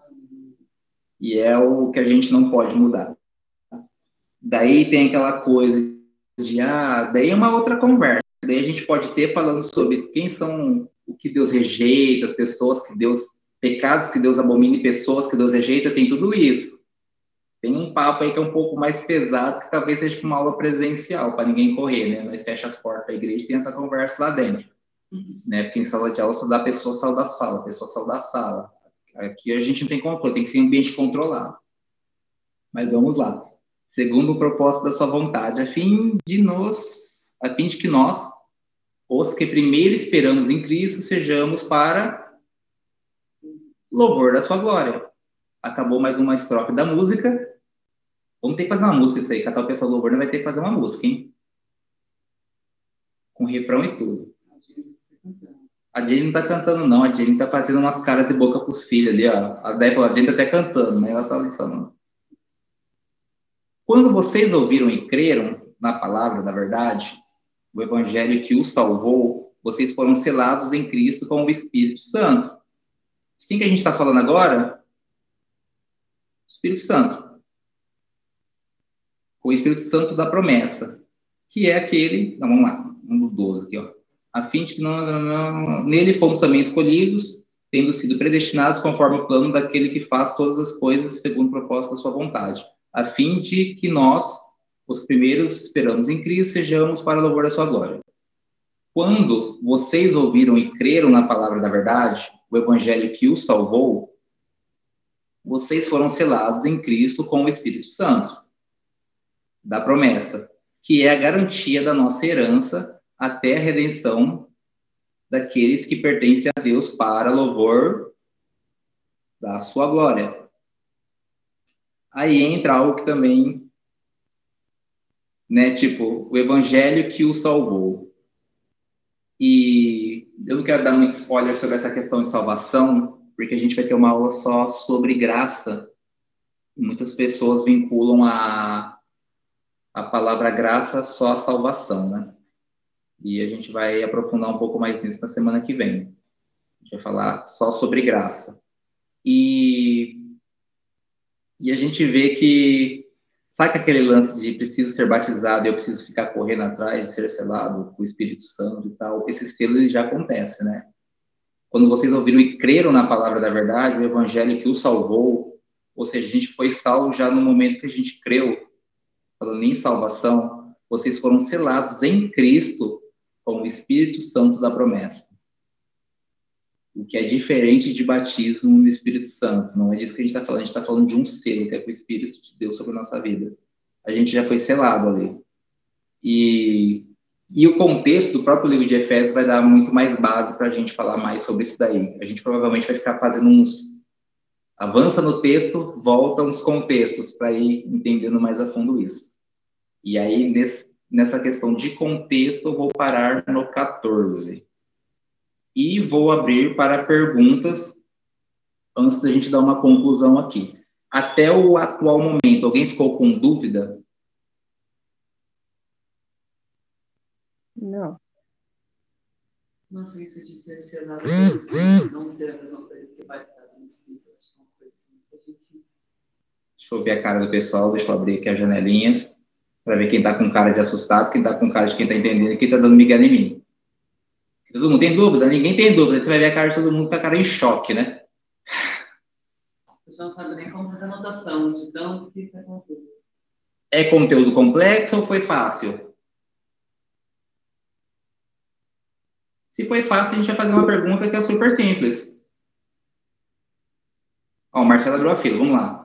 E é o que a gente não pode mudar. Daí tem aquela coisa de, daí é uma outra conversa. Daí a gente pode ter falando sobre quem são, o que Deus rejeita, as pessoas que Deus, pecados que Deus abomina e pessoas que Deus rejeita, tem tudo isso. Tem um papo aí que é um pouco mais pesado, que talvez seja uma aula presencial, para ninguém correr, né? Nós fechamos as portas da igreja e tem essa conversa lá dentro, né? Porque em sala de aula só dá a pessoa saiu da sala, a pessoa saiu da sala. Aqui a gente não tem controle, tem que ser um ambiente controlado. Mas vamos lá. Segundo o propósito da sua vontade, a fim de que nós, os que primeiro esperamos em Cristo, sejamos para louvor da sua glória. Acabou mais uma estrofe da música. Vamos ter que fazer uma música isso aí. Catar o pessoal do louvor não vai ter que fazer uma música, hein? Com refrão e tudo. A Jane não tá cantando, não. A Jane tá fazendo umas caras e boca pros filhos ali, ó. A Jane tá até cantando, né? Ela tá lição. Quando vocês ouviram e creram na palavra da verdade, o evangelho que os salvou, vocês foram selados em Cristo com o Espírito Santo. De quem que a gente está falando agora? Espírito Santo. O Espírito Santo da promessa, que é aquele... Não, vamos lá, um dos 12 aqui, ó. A fim de que nele fomos também escolhidos, tendo sido predestinados conforme o plano daquele que faz todas as coisas segundo o propósito da sua vontade, a fim de que nós, os primeiros esperamos em Cristo, sejamos para louvor da sua glória. Quando vocês ouviram e creram na palavra da verdade, o evangelho que os salvou, vocês foram selados em Cristo com o Espírito Santo da promessa, que é a garantia da nossa herança até a redenção daqueles que pertencem a Deus para louvor da sua glória. Aí entra algo que também, né, tipo, o evangelho que o salvou. E eu não quero dar muito spoiler sobre essa questão de salvação, porque a gente vai ter uma aula só sobre graça. E muitas pessoas vinculam a palavra graça só à salvação, né? E a gente vai aprofundar um pouco mais nisso na semana que vem. A gente vai falar só sobre graça. E a gente vê que, sabe aquele lance de preciso ser batizado e eu preciso ficar correndo atrás de ser selado com o Espírito Santo e tal? Esse selo ele já acontece, né? Quando vocês ouviram e creram na palavra da verdade, o evangelho que o salvou, ou seja, a gente foi salvo já no momento que a gente creu, falando em salvação, vocês foram selados em Cristo com o Espírito Santo da promessa. O que é diferente de batismo no Espírito Santo. Não é disso que a gente está falando. A gente está falando de um selo, que é o Espírito de Deus sobre a nossa vida. A gente já foi selado ali. E o contexto do próprio livro de Efésios vai dar muito mais base para a gente falar mais sobre isso daí. A gente provavelmente vai ficar fazendo uns... Avança no texto, volta uns contextos para ir entendendo mais a fundo isso. E aí, nessa questão de contexto, eu vou parar no 14. E vou abrir para perguntas antes da gente dar uma conclusão aqui. Até o atual momento, alguém ficou com dúvida? Não. Nossa, isso de ser selado pelo Espírito, não ser a mesma coisa que batizado no Espírito. Acho que é uma coisa que muita gente... Deixa eu ver a cara do pessoal, deixa eu abrir aqui as janelinhas, para ver quem está com cara de assustado, quem está com cara de quem está entendendo e quem está dando migué em mim. Todo mundo tem dúvida? Ninguém tem dúvida. Você vai ver a cara de todo mundo com a cara em choque, né? O pessoal não sabe nem como fazer anotação, de tanto que está confuso. É conteúdo complexo ou foi fácil? Se foi fácil, a gente vai fazer uma pergunta que é super simples. Ó, o Marcelo abriu a fila, vamos lá.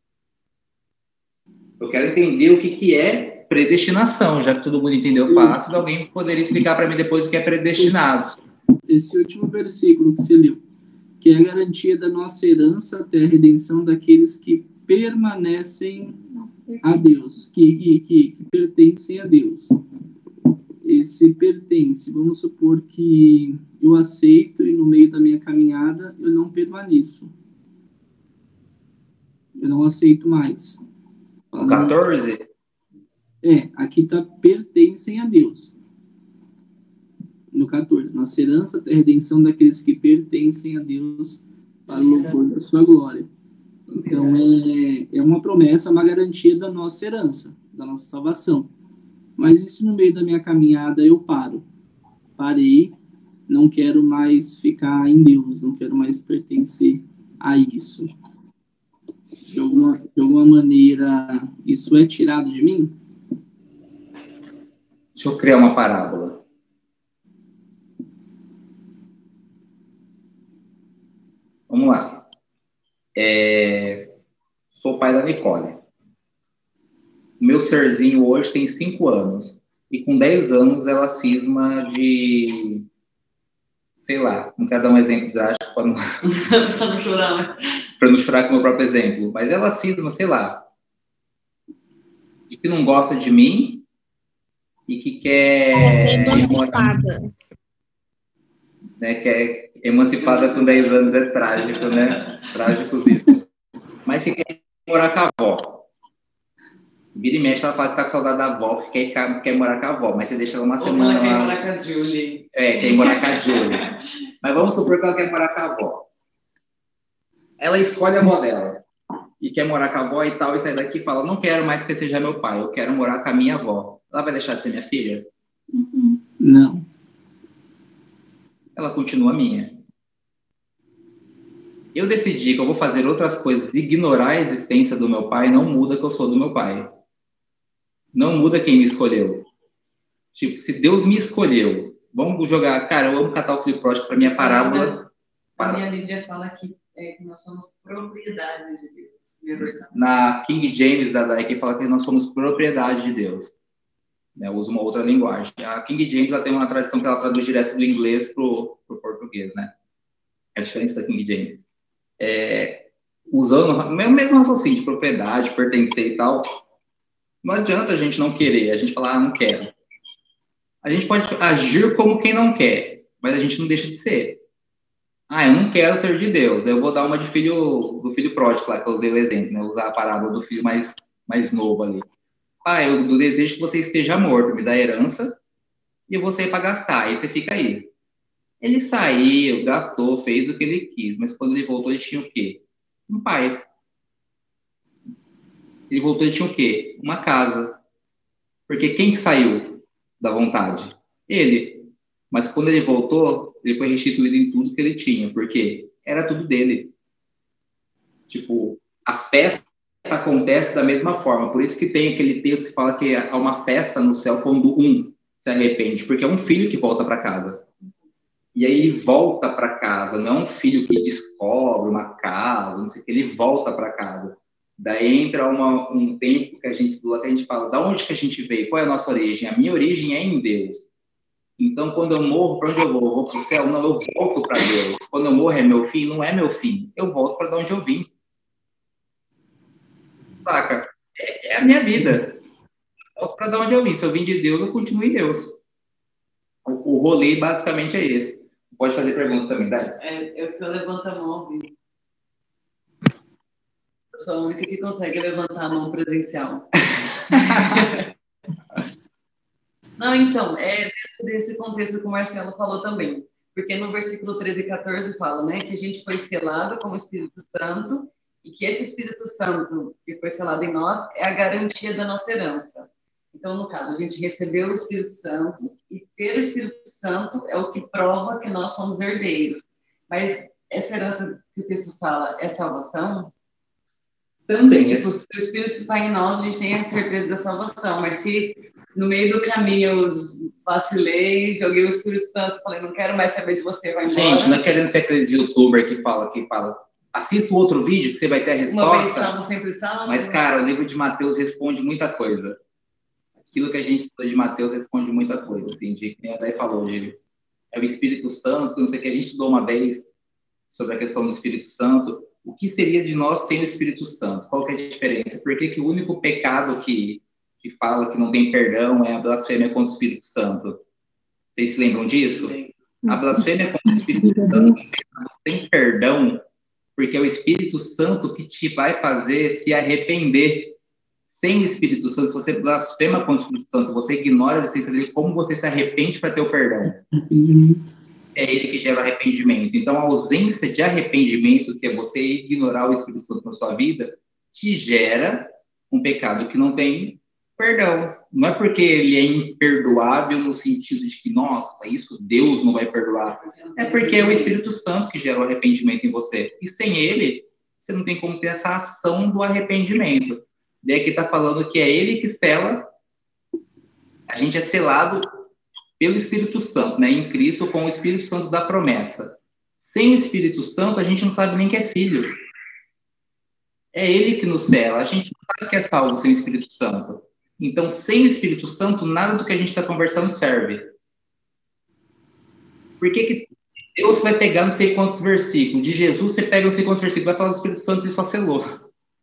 Eu quero entender o que é predestinação, já que todo mundo entendeu fácil, alguém poderia explicar para mim depois o que é predestinados. Esse último versículo que você leu, que é a garantia da nossa herança até a redenção daqueles que permanecem a Deus, que pertencem a Deus. Esse pertence, vamos supor que eu aceito e no meio da minha caminhada eu não permaneço. Eu não aceito mais. O 14? Aqui está pertencem a Deus. No 14, nossa herança até a redenção daqueles que pertencem a Deus para o louvor da sua glória. Então, é uma promessa, uma garantia da nossa herança, da nossa salvação. Mas e se no meio da minha caminhada eu parei, não quero mais ficar em Deus, não quero mais pertencer a isso? De alguma maneira, isso é tirado de mim? Deixa eu criar uma parábola. Vamos lá. Sou pai da Nicole. O meu serzinho hoje tem 5 anos. E com 10 anos ela cisma de... Sei lá, não quero dar um exemplo drástico para não... Pra não chorar, né? para não chorar com o meu próprio exemplo. Mas ela cisma, sei lá, de que não gosta de mim e que quer... Quer ser emancipada. Né, que é emancipada com 10 anos é trágico, né? Trágico isso. Mas que quer morar com a avó. Vira e mexe, ela fala que tá com saudade da avó, que quer morar com a avó, mas você deixa ela uma semana Ela quer lá. morar com a Julie. Quer morar com a Julie. Mas vamos supor que ela quer morar com a avó. Ela escolhe a avó dela. E quer morar com a avó e tal, e sai daqui e fala, não quero mais que você seja meu pai, eu quero morar com a minha avó. Ela vai deixar de ser minha filha? Não. Ela continua minha. Eu decidi que eu vou fazer outras coisas, ignorar a existência do meu pai, não muda que eu sou do meu pai. Não muda quem me escolheu. Tipo, se Deus me escolheu, vamos jogar... Cara, eu amo catar o filho pródigo para minha parábola. A minha Bíblia fala que nós somos propriedade de Deus. Na King James da Dai, fala que nós somos propriedade de Deus. Eu uso uma outra linguagem. A King James ela tem uma tradição que ela traduz direto do inglês pro português, né? É a diferença da King James. Usando o mesmo raciocínio de propriedade, pertencer e tal, não adianta a gente não querer, a gente falar, não quero. A gente pode agir como quem não quer, mas a gente não deixa de ser. Eu não quero ser de Deus. Eu vou dar uma do filho pródigo, lá que eu usei o exemplo, né? Usar a parábola do filho mais novo ali. Eu desejo que você esteja morto, me dá herança, e eu vou sair para gastar. Aí você fica aí. Ele saiu, gastou, fez o que ele quis, mas quando ele voltou, ele tinha o quê? Um pai. Ele voltou, ele tinha o quê? Uma casa. Porque quem que saiu da vontade? Ele. Mas quando ele voltou, ele foi restituído em tudo que ele tinha, porque era tudo dele. Tipo, a festa acontece da mesma forma. Por isso que tem aquele texto que fala que há uma festa no céu quando um se arrepende, porque é um filho que volta para casa. E aí ele volta para casa, não é um filho que descobre uma casa, não sei o que, ele volta para casa. Daí entra um tempo que a gente estuda, que a gente fala, da onde que a gente veio? Qual é a nossa origem? A minha origem é em Deus. Então, quando eu morro, para onde eu vou? Eu vou para o céu? Não, eu volto para Deus. Quando eu morro é meu fim? Não é meu fim. Eu volto para onde eu vim. Saca? É a minha vida. Eu volto para onde eu vim. Se eu vim de Deus, eu continuo em Deus. O rolê basicamente é esse. Pode fazer pergunta também, Dai? Eu levanto a mão, viu? Eu sou a única que consegue levantar a mão presencial. Não, então, dentro desse contexto que o Marcelo falou também. Porque no versículo 13 e 14 fala, né, que a gente foi selado com o Espírito Santo e que esse Espírito Santo que foi selado em nós é a garantia da nossa herança. Então, no caso, a gente recebeu o Espírito Santo e ter o Espírito Santo é o que prova que nós somos herdeiros. Mas essa herança que o texto fala é salvação? Também. Tipo, se o Espírito está em nós, a gente tem a certeza da salvação. Mas se no meio do caminho eu vacilei, joguei o Espírito Santo, falei, não quero mais saber de você, vai embora. Gente, não é querendo ser aqueles youtuber que fala, assista o outro vídeo que você vai ter a resposta. Uma vez salvo, sempre salvo. Mas, cara, o livro de Mateus responde muita coisa. Aquilo que a gente estuda de Mateus responde muita coisa, assim, de quem a Day falou, é o Espírito Santo, não sei o que, a gente estudou uma vez sobre a questão do Espírito Santo. O que seria de nós sem o Espírito Santo? Qual que é a diferença? Por que o único pecado que fala que não tem perdão é a blasfêmia contra o Espírito Santo? Vocês se lembram disso? A blasfêmia contra o Espírito Santo tem perdão porque é o Espírito Santo que te vai fazer se arrepender. Sem o Espírito Santo, se você blasfema contra o Espírito Santo, você ignora a existência dele, como você se arrepende para ter o perdão? É ele que gera arrependimento. Então, a ausência de arrependimento, que é você ignorar o Espírito Santo na sua vida, te gera um pecado que não tem perdão. Não é porque ele é imperdoável no sentido de que, nossa, isso Deus não vai perdoar. É porque é o Espírito Santo que gera o arrependimento em você. E sem ele, você não tem como ter essa ação do arrependimento. Daí aqui está falando que é ele que sela, a gente é selado pelo Espírito Santo, né? Em Cristo, com o Espírito Santo da promessa. Sem o Espírito Santo, a gente não sabe nem que é filho. É ele que nos sela. A gente não sabe que é salvo sem o Espírito Santo. Então, sem o Espírito Santo, nada do que a gente está conversando serve. Por que Deus vai pegar não sei quantos versículos? De Jesus, você pega não sei quantos versículos, vai falar do Espírito Santo, ele só selou.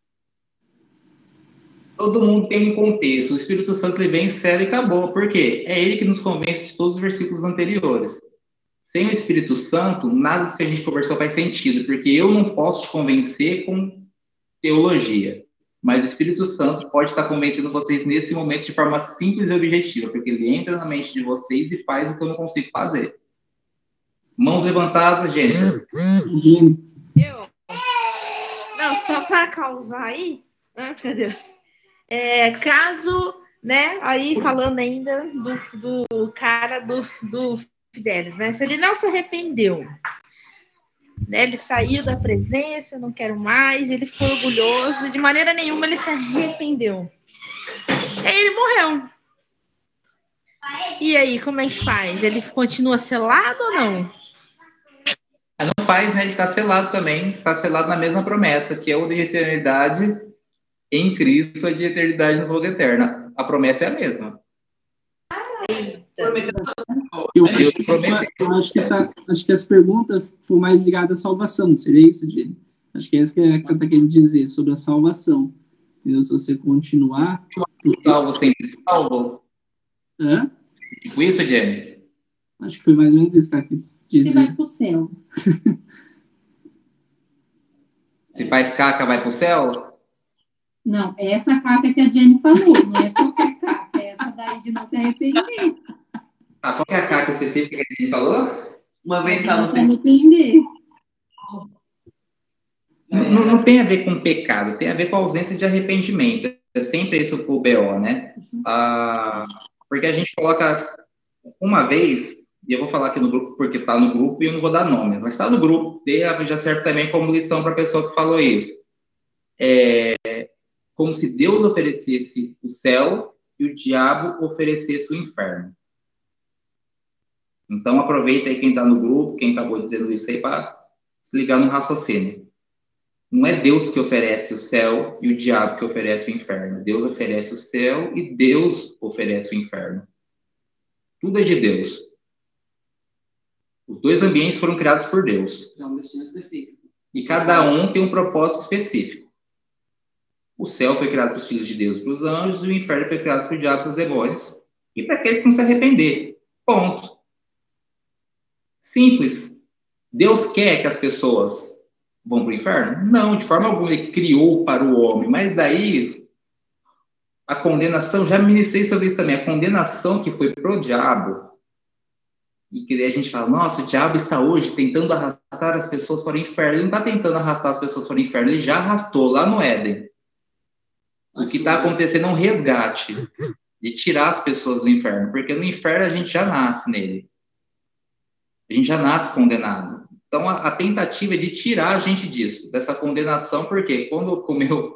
Todo mundo tem um contexto. O Espírito Santo, ele vem, sela e acabou. Por quê? É ele que nos convence de todos os versículos anteriores. Sem o Espírito Santo, nada do que a gente conversou faz sentido, porque eu não posso te convencer com teologia. Mas o Espírito Santo pode estar convencendo vocês nesse momento de forma simples e objetiva, porque ele entra na mente de vocês e faz o que eu não consigo fazer. Mãos levantadas, gente. Eu. Não, só para causar aí. Ah, cadê? Caso, né? Aí falando ainda do cara do Fidelis, né? Se ele não se arrependeu, né? Ele saiu da presença, não quero mais, ele ficou orgulhoso, de maneira nenhuma ele se arrependeu. Aí ele morreu. E aí, como é que faz? Ele continua selado ou não? Não faz, né? Ele está selado também. Está selado na mesma promessa, que é o de eternidade em Cristo, e de eternidade no fogo eterno. A promessa é a mesma. Acho que as perguntas foram mais ligadas à salvação, não seria isso, Jenny? Acho que é isso que ela está querendo dizer, sobre a salvação. Entendeu? Se você continuar... Salvo sempre salvo? Hã? Tipo isso, Jenny? Acho que foi mais ou menos isso que ela quis dizer. Você vai para o céu. Se faz caca, vai para o céu? Não, é essa caca que a Jenny falou, não é qualquer caca, é essa daí de não se arrepender. Ah, qual que é a caca específica que a gente falou? Uma vez Não salvo, se sempre. arrepender. Não tem a ver com pecado, tem a ver com a ausência de arrependimento. É sempre isso o BO, né? Porque a gente coloca uma vez, e eu vou falar aqui no grupo porque está no grupo e eu não vou dar nome, mas está no grupo, já serve também como lição para a pessoa que falou isso. Como se Deus oferecesse o céu e o diabo oferecesse o inferno. Então aproveita aí quem está no grupo, quem acabou dizendo isso aí, para se ligar no raciocínio. Não é Deus que oferece o céu e o diabo que oferece o inferno. Deus oferece o céu e Deus oferece o inferno. Tudo é de Deus. Os dois ambientes foram criados por Deus. É um destino específico. E cada um tem um propósito específico. O céu foi criado para os filhos de Deus, para os anjos, e o inferno foi criado para o diabo e seus demônios. E para aqueles que não se arrepender. Ponto. Simples. Deus quer que as pessoas vão para o inferno? Não, de forma alguma. Ele criou para o homem. Mas daí, a condenação, já ministrei sobre isso também, a condenação que foi pro diabo, e que daí a gente fala, nossa, o diabo está hoje tentando arrastar as pessoas para o inferno. Ele não está tentando arrastar as pessoas para o inferno, ele já arrastou lá no Éden. O que está acontecendo é um resgate de tirar as pessoas do inferno, porque no inferno a gente já nasce nele. A gente já nasce condenado. Então, a tentativa é de tirar a gente disso, dessa condenação, porque quando comeu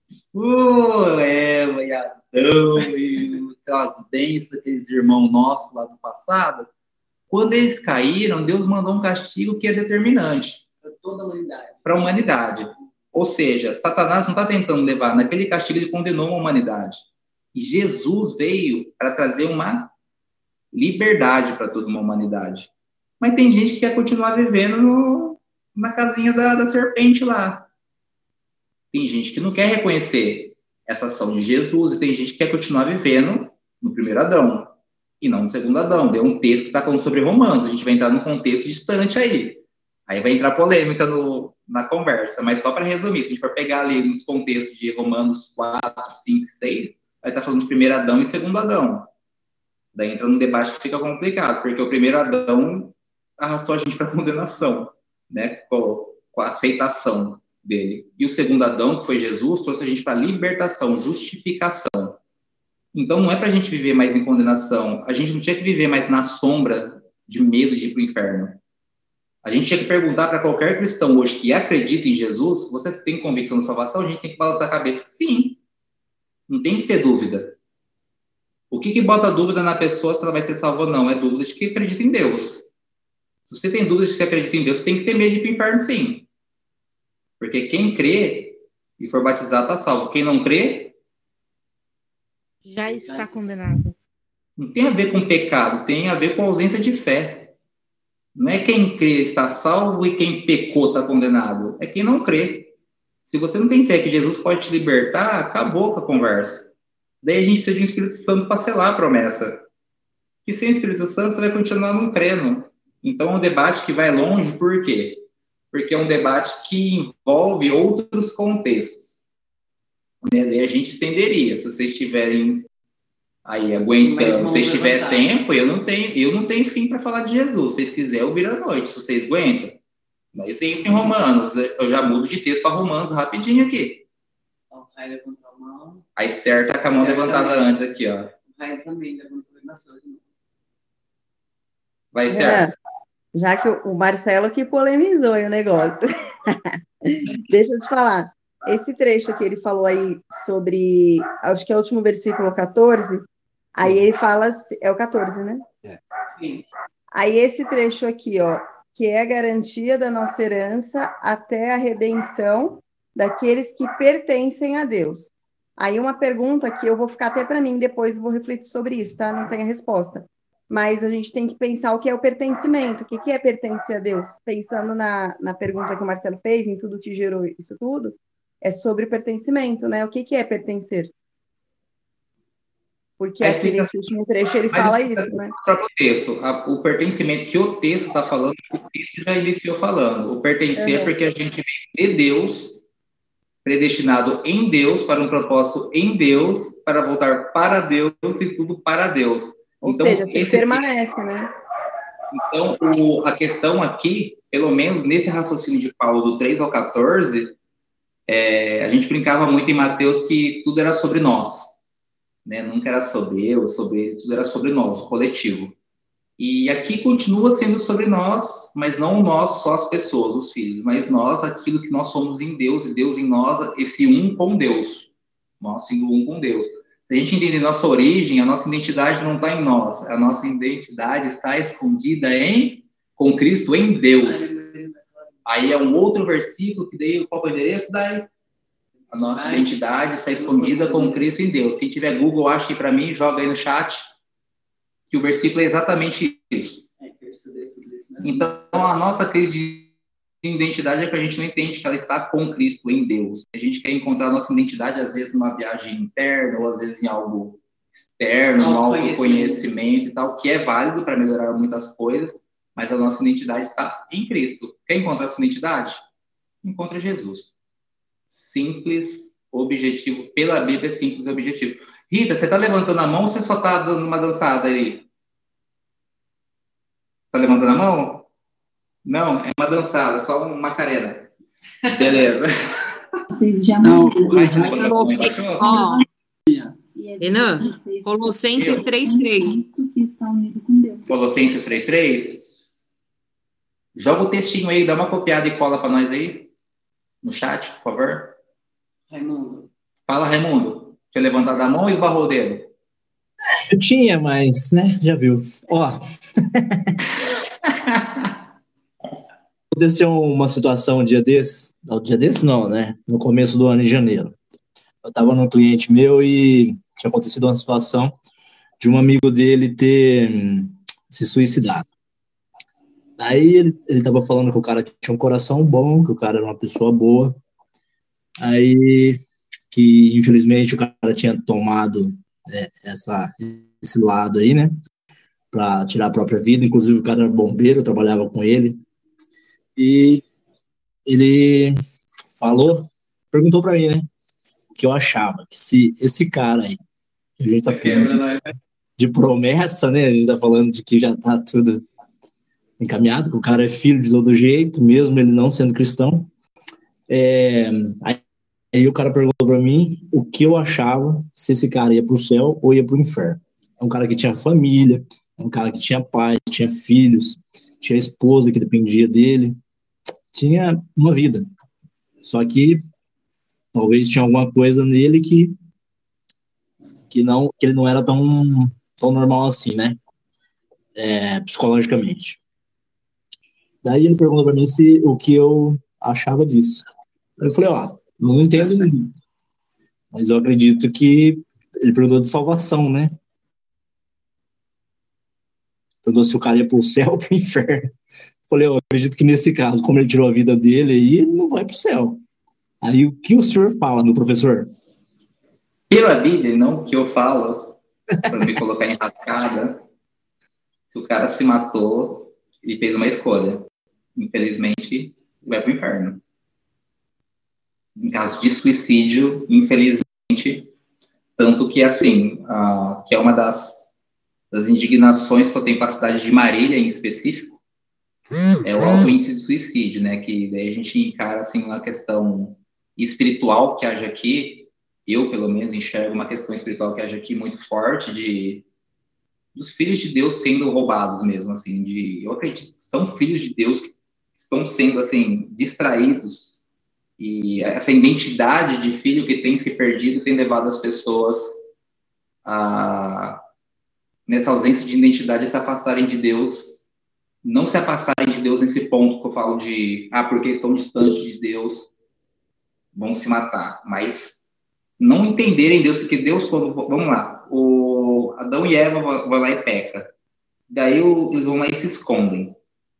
Eva e Adão e aquelas bênçãos daqueles irmãos nossos lá do passado, quando eles caíram, Deus mandou um castigo que é determinante. Para toda a humanidade. Para a humanidade. Ou seja, Satanás não está tentando levar, naquele castigo ele condenou a humanidade. E Jesus veio para trazer uma liberdade para toda uma humanidade. Mas tem gente que quer continuar vivendo na casinha da serpente lá. Tem gente que não quer reconhecer essa ação de Jesus, e tem gente que quer continuar vivendo no primeiro Adão, e não no segundo Adão. Deu um texto que está falando sobre Romanos, a gente vai entrar num contexto distante aí. Aí vai entrar polêmica na conversa, mas só para resumir, se a gente for pegar ali nos contextos de Romanos 4, 5, 6, vai estar falando de primeiro Adão e segundo Adão. Daí entra num debate que fica complicado, porque o primeiro Adão arrastou a gente para a condenação, né, com a aceitação dele. E o segundo Adão, que foi Jesus, trouxe a gente para libertação, justificação. Então não é para a gente viver mais em condenação, a gente não tinha que viver mais na sombra de medo de ir para o inferno. A gente tinha que perguntar para qualquer cristão hoje que acredita em Jesus, você tem convicção da salvação? A gente tem que balançar a cabeça. Sim. Não tem que ter dúvida. O que bota dúvida na pessoa se ela vai ser salva ou não? É dúvida de que acredita em Deus. Se você tem dúvida de que você acredita em Deus, você tem que ter medo de ir para o inferno, sim. Porque quem crê e for batizado está salvo. Quem não crê... já está condenado. Não tem a ver com pecado, tem a ver com ausência de fé. Não é quem crê está salvo e quem pecou está condenado. É quem não crê. Se você não tem fé que Jesus pode te libertar, acabou com a conversa. Daí a gente precisa de um Espírito Santo para selar a promessa. Que sem o Espírito Santo você vai continuar não crendo. Então é um debate que vai longe, por quê? Porque é um debate que envolve outros contextos. Daí a gente estenderia. Se vocês tiverem aí aguentando, se vocês tiverem tempo, eu não tenho fim para falar de Jesus. Se vocês quiserem, eu viro à noite, se vocês aguentam. Mas sempre em Romanos, eu já mudo de texto para Romanos rapidinho aqui. O Rai levantou a mão. A Esther tá com a mão levantada também. Antes aqui, ó. O Rai também levantou e baixou de novo. Vai, Esther. Já que o Marcelo que polemizou aí o negócio. Deixa eu te falar. Esse trecho que ele falou aí sobre, acho que é o último versículo 14, aí ele fala, é o 14, né? Sim. Aí esse trecho aqui, ó, que é a garantia da nossa herança até a redenção daqueles que pertencem a Deus. Aí uma pergunta que eu vou ficar até para mim, depois vou refletir sobre isso, tá? Não tem a resposta. Mas a gente tem que pensar o que é o pertencimento, o que é pertencer a Deus. Pensando na pergunta que o Marcelo fez, em tudo que gerou isso tudo, é sobre pertencimento, né? O que é pertencer? Porque aqui nesse último trecho ele fala isso, né? O próprio texto, o pertencimento que o texto está falando, o texto já iniciou falando. O pertencer é porque a gente vem de Deus, predestinado em Deus, para um propósito em Deus, para voltar para Deus e tudo para Deus. Ou então, seja, você permanece, né? Então, a questão aqui, pelo menos nesse raciocínio de Paulo do 3 ao 14, a gente brincava muito em Mateus que tudo era sobre nós, né? Nunca era sobre eu, tudo era sobre nós, o coletivo. E aqui continua sendo sobre nós, mas não nós, só as pessoas, os filhos, mas nós, aquilo que nós somos em Deus, e Deus em nós, esse um com Deus. Nós sendo um com Deus. Se a gente entender nossa origem, a nossa identidade não está em nós, a nossa identidade está escondida com Cristo em Deus. Aí é um outro versículo que daí, qual é o endereço daí? A nossa identidade está escondida com Cristo em Deus. Quem tiver Google, acha aí para mim, joga aí no chat, que o versículo é exatamente isso. Então, a nossa crise de identidade é que a gente não entende que ela está com Cristo em Deus. A gente quer encontrar a nossa identidade, às vezes, numa viagem interna, ou às vezes em algo externo, no autoconhecimento e tal, que é válido para melhorar muitas coisas, mas a nossa identidade está em Cristo. Quer encontrar a sua identidade? Encontra Jesus. Simples, objetivo. Pela Bíblia, é simples e objetivo. Rita, você está levantando a mão ou você só está dando uma dançada aí? Está levantando a mão? Não, é uma dançada, só uma macarena. Beleza. Vocês já não. Renan, Colossenses 3:3. Colossenses 3:3. Joga o textinho aí, dá uma copiada e cola para nós aí. No chat, por favor. Raimundo. Fala, Raimundo. Tinha levantado a mão ou esbarrou o dedo? Eu tinha, mas, né, já viu. Ó. Aconteceu uma situação um dia desse não, né? No começo do ano, em janeiro. Eu estava num cliente meu e tinha acontecido uma situação de um amigo dele ter se suicidado. Aí ele estava falando que o cara tinha um coração bom, que o cara era uma pessoa boa. Aí, que infelizmente o cara tinha tomado esse lado aí, né? Para tirar a própria vida. Inclusive o cara era bombeiro, eu trabalhava com ele. E ele perguntou para mim, né, o que eu achava, que se esse cara aí, a gente tá falando de promessa, né, a gente tá falando de que já tá tudo encaminhado, que o cara é filho de todo jeito, mesmo ele não sendo cristão. Aí o cara perguntou para mim o que eu achava, se esse cara ia pro céu ou ia pro inferno. É um cara que tinha família, é um cara que tinha pai, tinha filhos, tinha a esposa que dependia dele, tinha uma vida. Só que talvez tinha alguma coisa nele que ele não era tão normal assim, né? Psicologicamente. Daí ele perguntou para mim o que eu achava disso. Eu falei, não entendo muito, mas eu acredito que ele perguntou de salvação, né? Perguntou se o cara ia pro céu ou pro inferno. Eu falei, eu acredito que nesse caso, como ele tirou a vida dele aí, ele não vai pro céu. Aí o que o senhor fala, meu professor? Pela Bíblia, não o que eu falo, para me colocar em rascada, se o cara se matou, ele fez uma escolha. Infelizmente, vai pro inferno. Em caso de suicídio, infelizmente, tanto que, assim, que é uma das indignações que eu tenho para a cidade de Marília, em específico, é o alto índice de suicídio, né? Que daí a gente encara, assim, uma questão espiritual que haja aqui. Eu, pelo menos, enxergo uma questão espiritual que haja aqui muito forte dos filhos de Deus sendo roubados mesmo, assim, eu acredito que são filhos de Deus que estão sendo, assim, distraídos, e essa identidade de filho que tem se perdido tem levado as pessoas nessa ausência de identidade, se afastarem de Deus, não se afastarem de Deus nesse ponto que eu falo porque estão distantes de Deus, vão se matar, mas não entenderem Deus, porque Deus, vamos lá, o Adão e Eva vão lá e peca, daí eles vão lá e se escondem.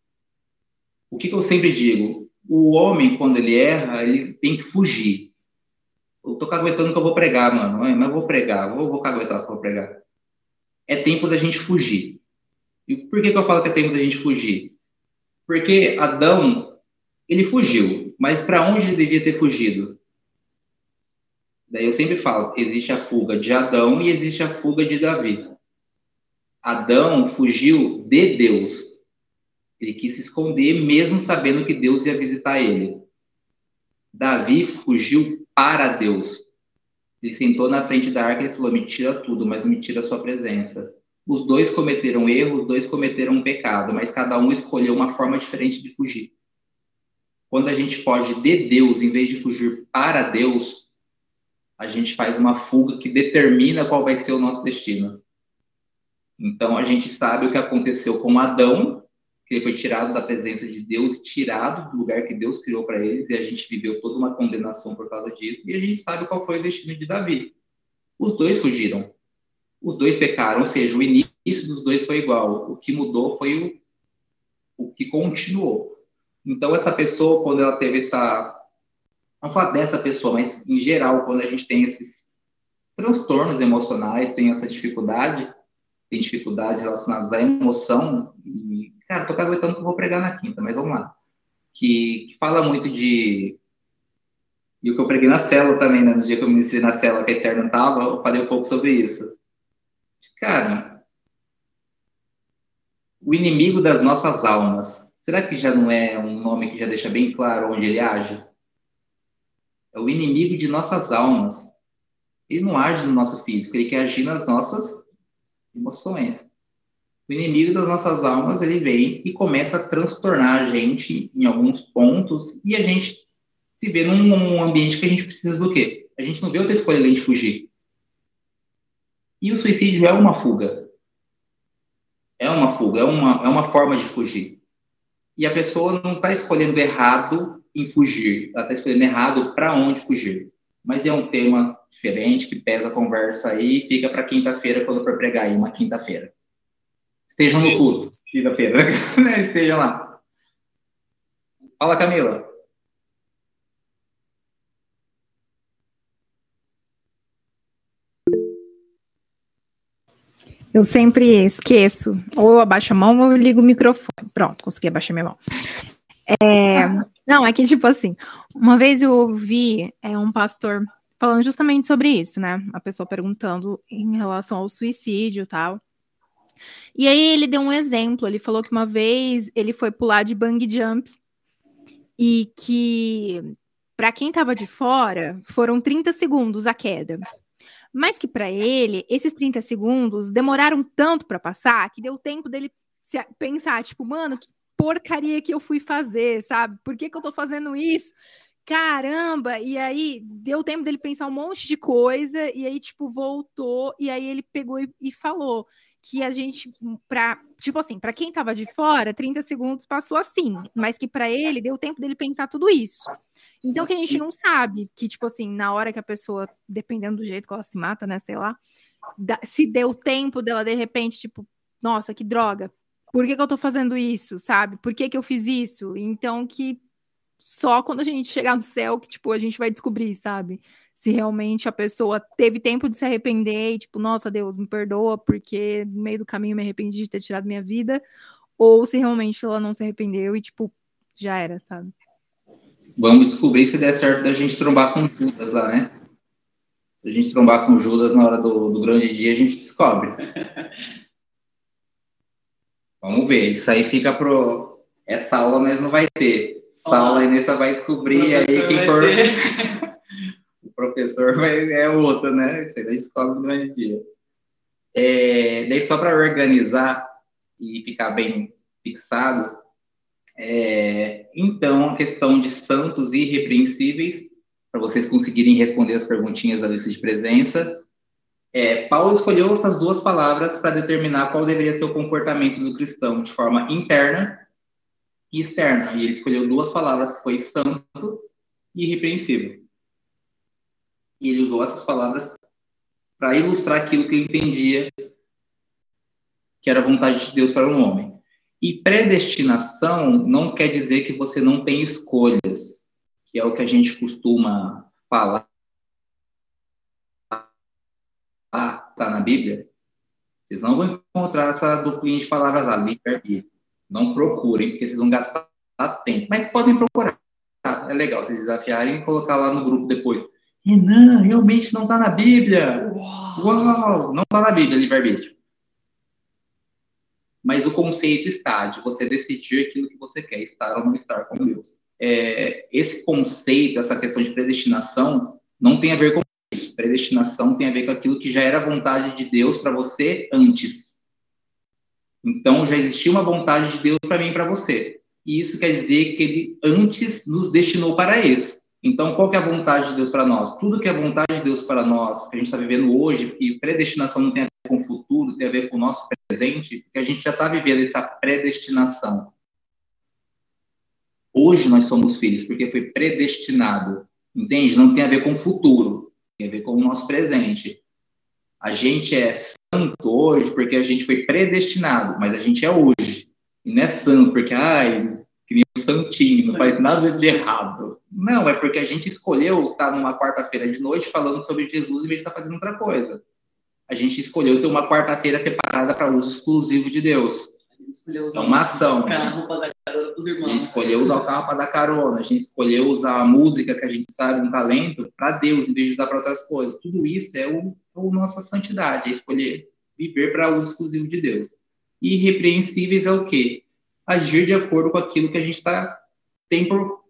O que eu sempre digo? O homem, quando ele erra, ele tem que fugir. Eu tô caguetando que eu vou pregar, mano, mas eu vou pregar, vou caguetar que eu vou pregar. É tempo da gente fugir. E por que eu falo que é tempo da gente fugir? Porque Adão, ele fugiu, mas para onde ele devia ter fugido? Daí eu sempre falo, existe a fuga de Adão e existe a fuga de Davi. Adão fugiu de Deus. Ele quis se esconder, mesmo sabendo que Deus ia visitar ele. Davi fugiu para Deus. Ele sentou na frente da arca e falou, me tira tudo, mas não me tira a sua presença. Os dois cometeram erro, os dois cometeram um pecado, mas cada um escolheu uma forma diferente de fugir. Quando a gente foge de Deus, em vez de fugir para Deus, a gente faz uma fuga que determina qual vai ser o nosso destino. Então, a gente sabe o que aconteceu com Adão, que ele foi tirado da presença de Deus, tirado do lugar que Deus criou para eles, e a gente viveu toda uma condenação por causa disso, e a gente sabe qual foi o destino de Davi. Os dois fugiram. Os dois pecaram, ou seja, o início dos dois foi igual. O que mudou foi o que continuou. Então, essa pessoa, quando ela teve não falar dessa pessoa, mas em geral, quando a gente tem esses transtornos emocionais, tem essa dificuldade, tem dificuldades relacionadas à emoção, e, cara, tô caguetando que eu vou pregar na quinta, mas vamos lá. Que fala muito e o que eu preguei na célula também, né? No dia que eu ministrei na célula, que a Esther não tava, eu falei um pouco sobre isso. Cara, o inimigo das nossas almas, será que já não é um nome que já deixa bem claro onde ele age? É o inimigo de nossas almas. Ele não age no nosso físico, ele quer agir nas nossas emoções. O inimigo das nossas almas, ele vem e começa a transtornar a gente em alguns pontos, e a gente se vê num ambiente que a gente precisa do quê? A gente não vê outra escolha além de fugir. E o suicídio é uma fuga. É uma fuga, é uma forma de fugir. E a pessoa não está escolhendo errado em fugir, ela está escolhendo errado para onde fugir. Mas é um tema diferente, que pesa a conversa aí, fica para quinta-feira, quando for pregar aí, uma quinta-feira. Estejam no culto, quinta-feira. Estejam lá. Fala, Camila. Eu sempre esqueço, ou eu abaixo a mão ou eu ligo o microfone. Pronto, consegui abaixar minha mão. Não, é que tipo assim, uma vez eu ouvi um pastor falando justamente sobre isso, né? A pessoa perguntando em relação ao suicídio e tal. E aí ele deu um exemplo, ele falou que uma vez ele foi pular de bungee jump e que para quem estava de fora foram 30 segundos a queda. Mas que para ele, esses 30 segundos demoraram tanto para passar que deu tempo dele pensar, tipo, mano, que porcaria que eu fui fazer, sabe? Por que eu tô fazendo isso? Caramba! E aí, deu tempo dele pensar um monte de coisa, e aí, tipo, voltou, e aí ele pegou e falou que a gente, tipo assim, para quem tava de fora, 30 segundos passou assim, mas que para ele deu tempo dele pensar tudo isso. Então, que a gente não sabe que, tipo assim, na hora que a pessoa, dependendo do jeito que ela se mata, né, sei lá, se deu tempo dela, de repente, tipo, nossa, que droga, por que eu tô fazendo isso, sabe? Por que eu fiz isso? Então, que só quando a gente chegar no céu que, tipo, a gente vai descobrir, sabe? Se realmente a pessoa teve tempo de se arrepender e, tipo, nossa, Deus, me perdoa porque no meio do caminho me arrependi de ter tirado minha vida, ou se realmente ela não se arrependeu e, tipo, já era, sabe? Vamos descobrir se der certo da gente trombar com Judas lá, né? Se a gente trombar com Judas na hora do grande dia, a gente descobre. Vamos ver. Isso aí fica pro... Essa aula nós não vai ter. Essa aula a Inês vai descobrir, aí quem for... O professor é outro, né? Isso aí da escola do grande dia. Daí só para organizar e ficar bem fixado, então, a questão de santos irrepreensíveis, para vocês conseguirem responder as perguntinhas da lista de presença, Paulo escolheu essas duas palavras para determinar qual deveria ser o comportamento do cristão de forma interna e externa. E ele escolheu duas palavras, que foi santo e irrepreensível. E ele usou essas palavras para ilustrar aquilo que ele entendia que era a vontade de Deus para um homem. E predestinação não quer dizer que você não tem escolhas, que é o que a gente costuma falar. Está na Bíblia. Vocês não vão encontrar essa duplinha de palavras lá, livre-arbítrio. Não procurem, porque vocês vão gastar tempo. Mas podem procurar. É legal vocês desafiarem e colocar lá no grupo depois. Renan, realmente não está na Bíblia. Uau! Não está na Bíblia, livre-arbítrio. Mas o conceito está de você decidir aquilo que você quer, estar ou não estar com Deus. Esse conceito, essa questão de predestinação, não tem a ver com isso. Predestinação tem a ver com aquilo que já era a vontade de Deus para você antes. Então, já existia uma vontade de Deus para mim e para você. E isso quer dizer que ele antes nos destinou para isso. Então, qual que é a vontade de Deus para nós? Tudo que é vontade de Deus para nós, que a gente está vivendo hoje, e predestinação não tem a ver com o futuro, tem a ver com o nosso presente, porque a gente já está vivendo essa predestinação. Hoje nós somos filhos, porque foi predestinado. Entende? Não tem a ver com o futuro, tem a ver com o nosso presente. A gente é santo hoje porque a gente foi predestinado, mas a gente é hoje. E não é santo porque, queria um santinho, não faz nada de errado. Não, é porque a gente escolheu estar numa quarta-feira de noite falando sobre Jesus em vez de estar fazendo outra coisa. A gente escolheu ter uma quarta-feira separada para uso exclusivo de Deus. É uma ação. A gente escolheu usar o carro para dar carona. A gente escolheu usar a música que a gente sabe, um talento, para Deus, em vez de usar para outras coisas. Tudo isso é nossa santidade, é escolher viver para uso exclusivo de Deus. E irrepreensíveis é o quê? Agir de acordo com aquilo que a gente tem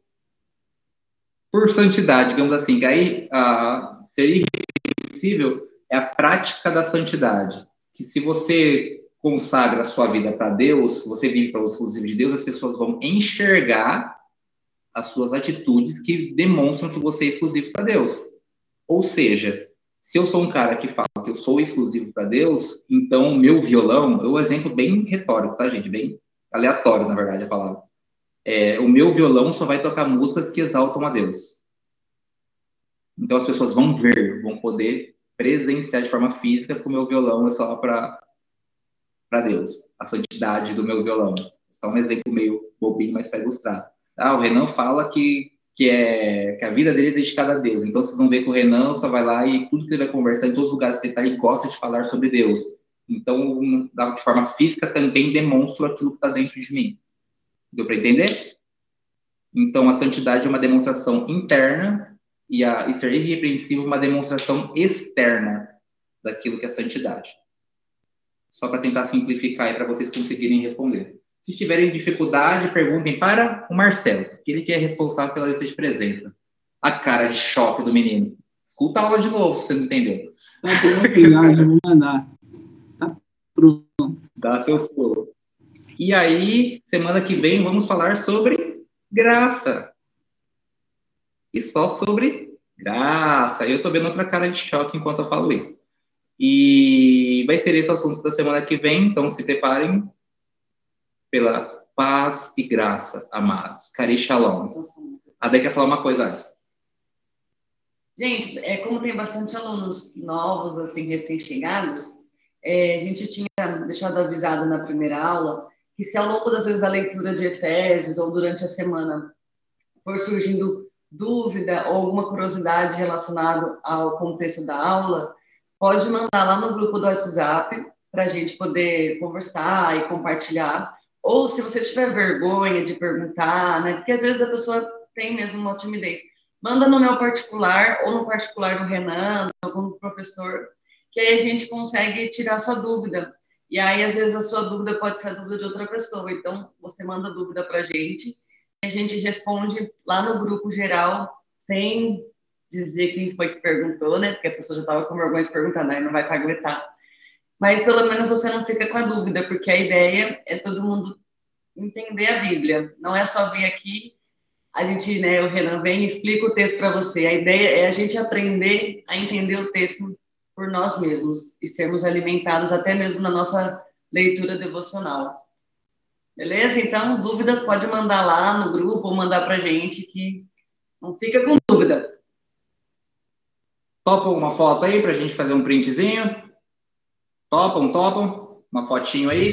por santidade, digamos assim. Que aí, ser irrepreensível é a prática da santidade. Que se você consagra a sua vida para Deus, você vive para o exclusivo de Deus, as pessoas vão enxergar as suas atitudes que demonstram que você é exclusivo para Deus. Ou seja, se eu sou um cara que fala que eu sou exclusivo para Deus, então o meu violão, é um exemplo bem retórico, tá, gente? Bem aleatório, na verdade, a palavra. O meu violão só vai tocar músicas que exaltam a Deus. Então as pessoas vão ver, vão poder presenciar de forma física que o meu violão é só para Deus. A santidade do meu violão. Só um exemplo meio bobinho, mas para ilustrar. O Renan fala que a vida dele é dedicada a Deus. Então vocês vão ver que o Renan só vai lá e tudo que ele vai conversar, em todos os lugares que ele está, ele gosta de falar sobre Deus. Então, de forma física, também demonstro aquilo que está dentro de mim. Deu para entender? Então, a santidade é uma demonstração interna e ser irrepreensível é uma demonstração externa daquilo que é santidade. Só para tentar simplificar aí para vocês conseguirem responder. Se tiverem dificuldade, perguntem para o Marcelo, que ele que é responsável pela lista de presença. A cara de choque do menino. Escuta a aula de novo, se você não entendeu. Tá pronto, já vou mandar. Tá pronto. Dá seus pulos. E aí, semana que vem, vamos falar sobre graça. E só sobre graça. Eu tô vendo outra cara de choque enquanto eu falo isso. E vai ser esse o assunto da semana que vem, então se preparem pela paz e graça, amados. Cari Shalom. A Dé quer falar uma coisa antes. Gente, como tem bastante alunos novos, assim, recém-chegados, a gente tinha deixado avisado na primeira aula que se ao longo das vezes da leitura de Efésios ou durante a semana for surgindo dúvida ou alguma curiosidade relacionada ao contexto da aula, pode mandar lá no grupo do WhatsApp para a gente poder conversar e compartilhar. Ou se você tiver vergonha de perguntar, né? Porque às vezes a pessoa tem mesmo uma timidez. Manda no meu particular ou no particular do Renan, algum professor, que aí a gente consegue tirar a sua dúvida. E aí, às vezes, a sua dúvida pode ser a dúvida de outra pessoa. Então, você manda a dúvida para a gente e a gente responde lá no grupo geral, sem dizer quem foi que perguntou, né? Porque a pessoa já estava com vergonha de perguntar, né? Não vai caguetar. Mas, pelo menos, você não fica com a dúvida, porque a ideia é todo mundo entender a Bíblia. Não é só vir aqui, a gente, né, o Renan vem e explica o texto para você. A ideia é a gente aprender a entender o texto por nós mesmos e sermos alimentados até mesmo na nossa leitura devocional. Beleza? Então, dúvidas pode mandar lá no grupo ou mandar para a gente, que não fica com dúvida. Topa uma foto aí para a gente fazer um printzinho? Topam? Uma fotinho aí?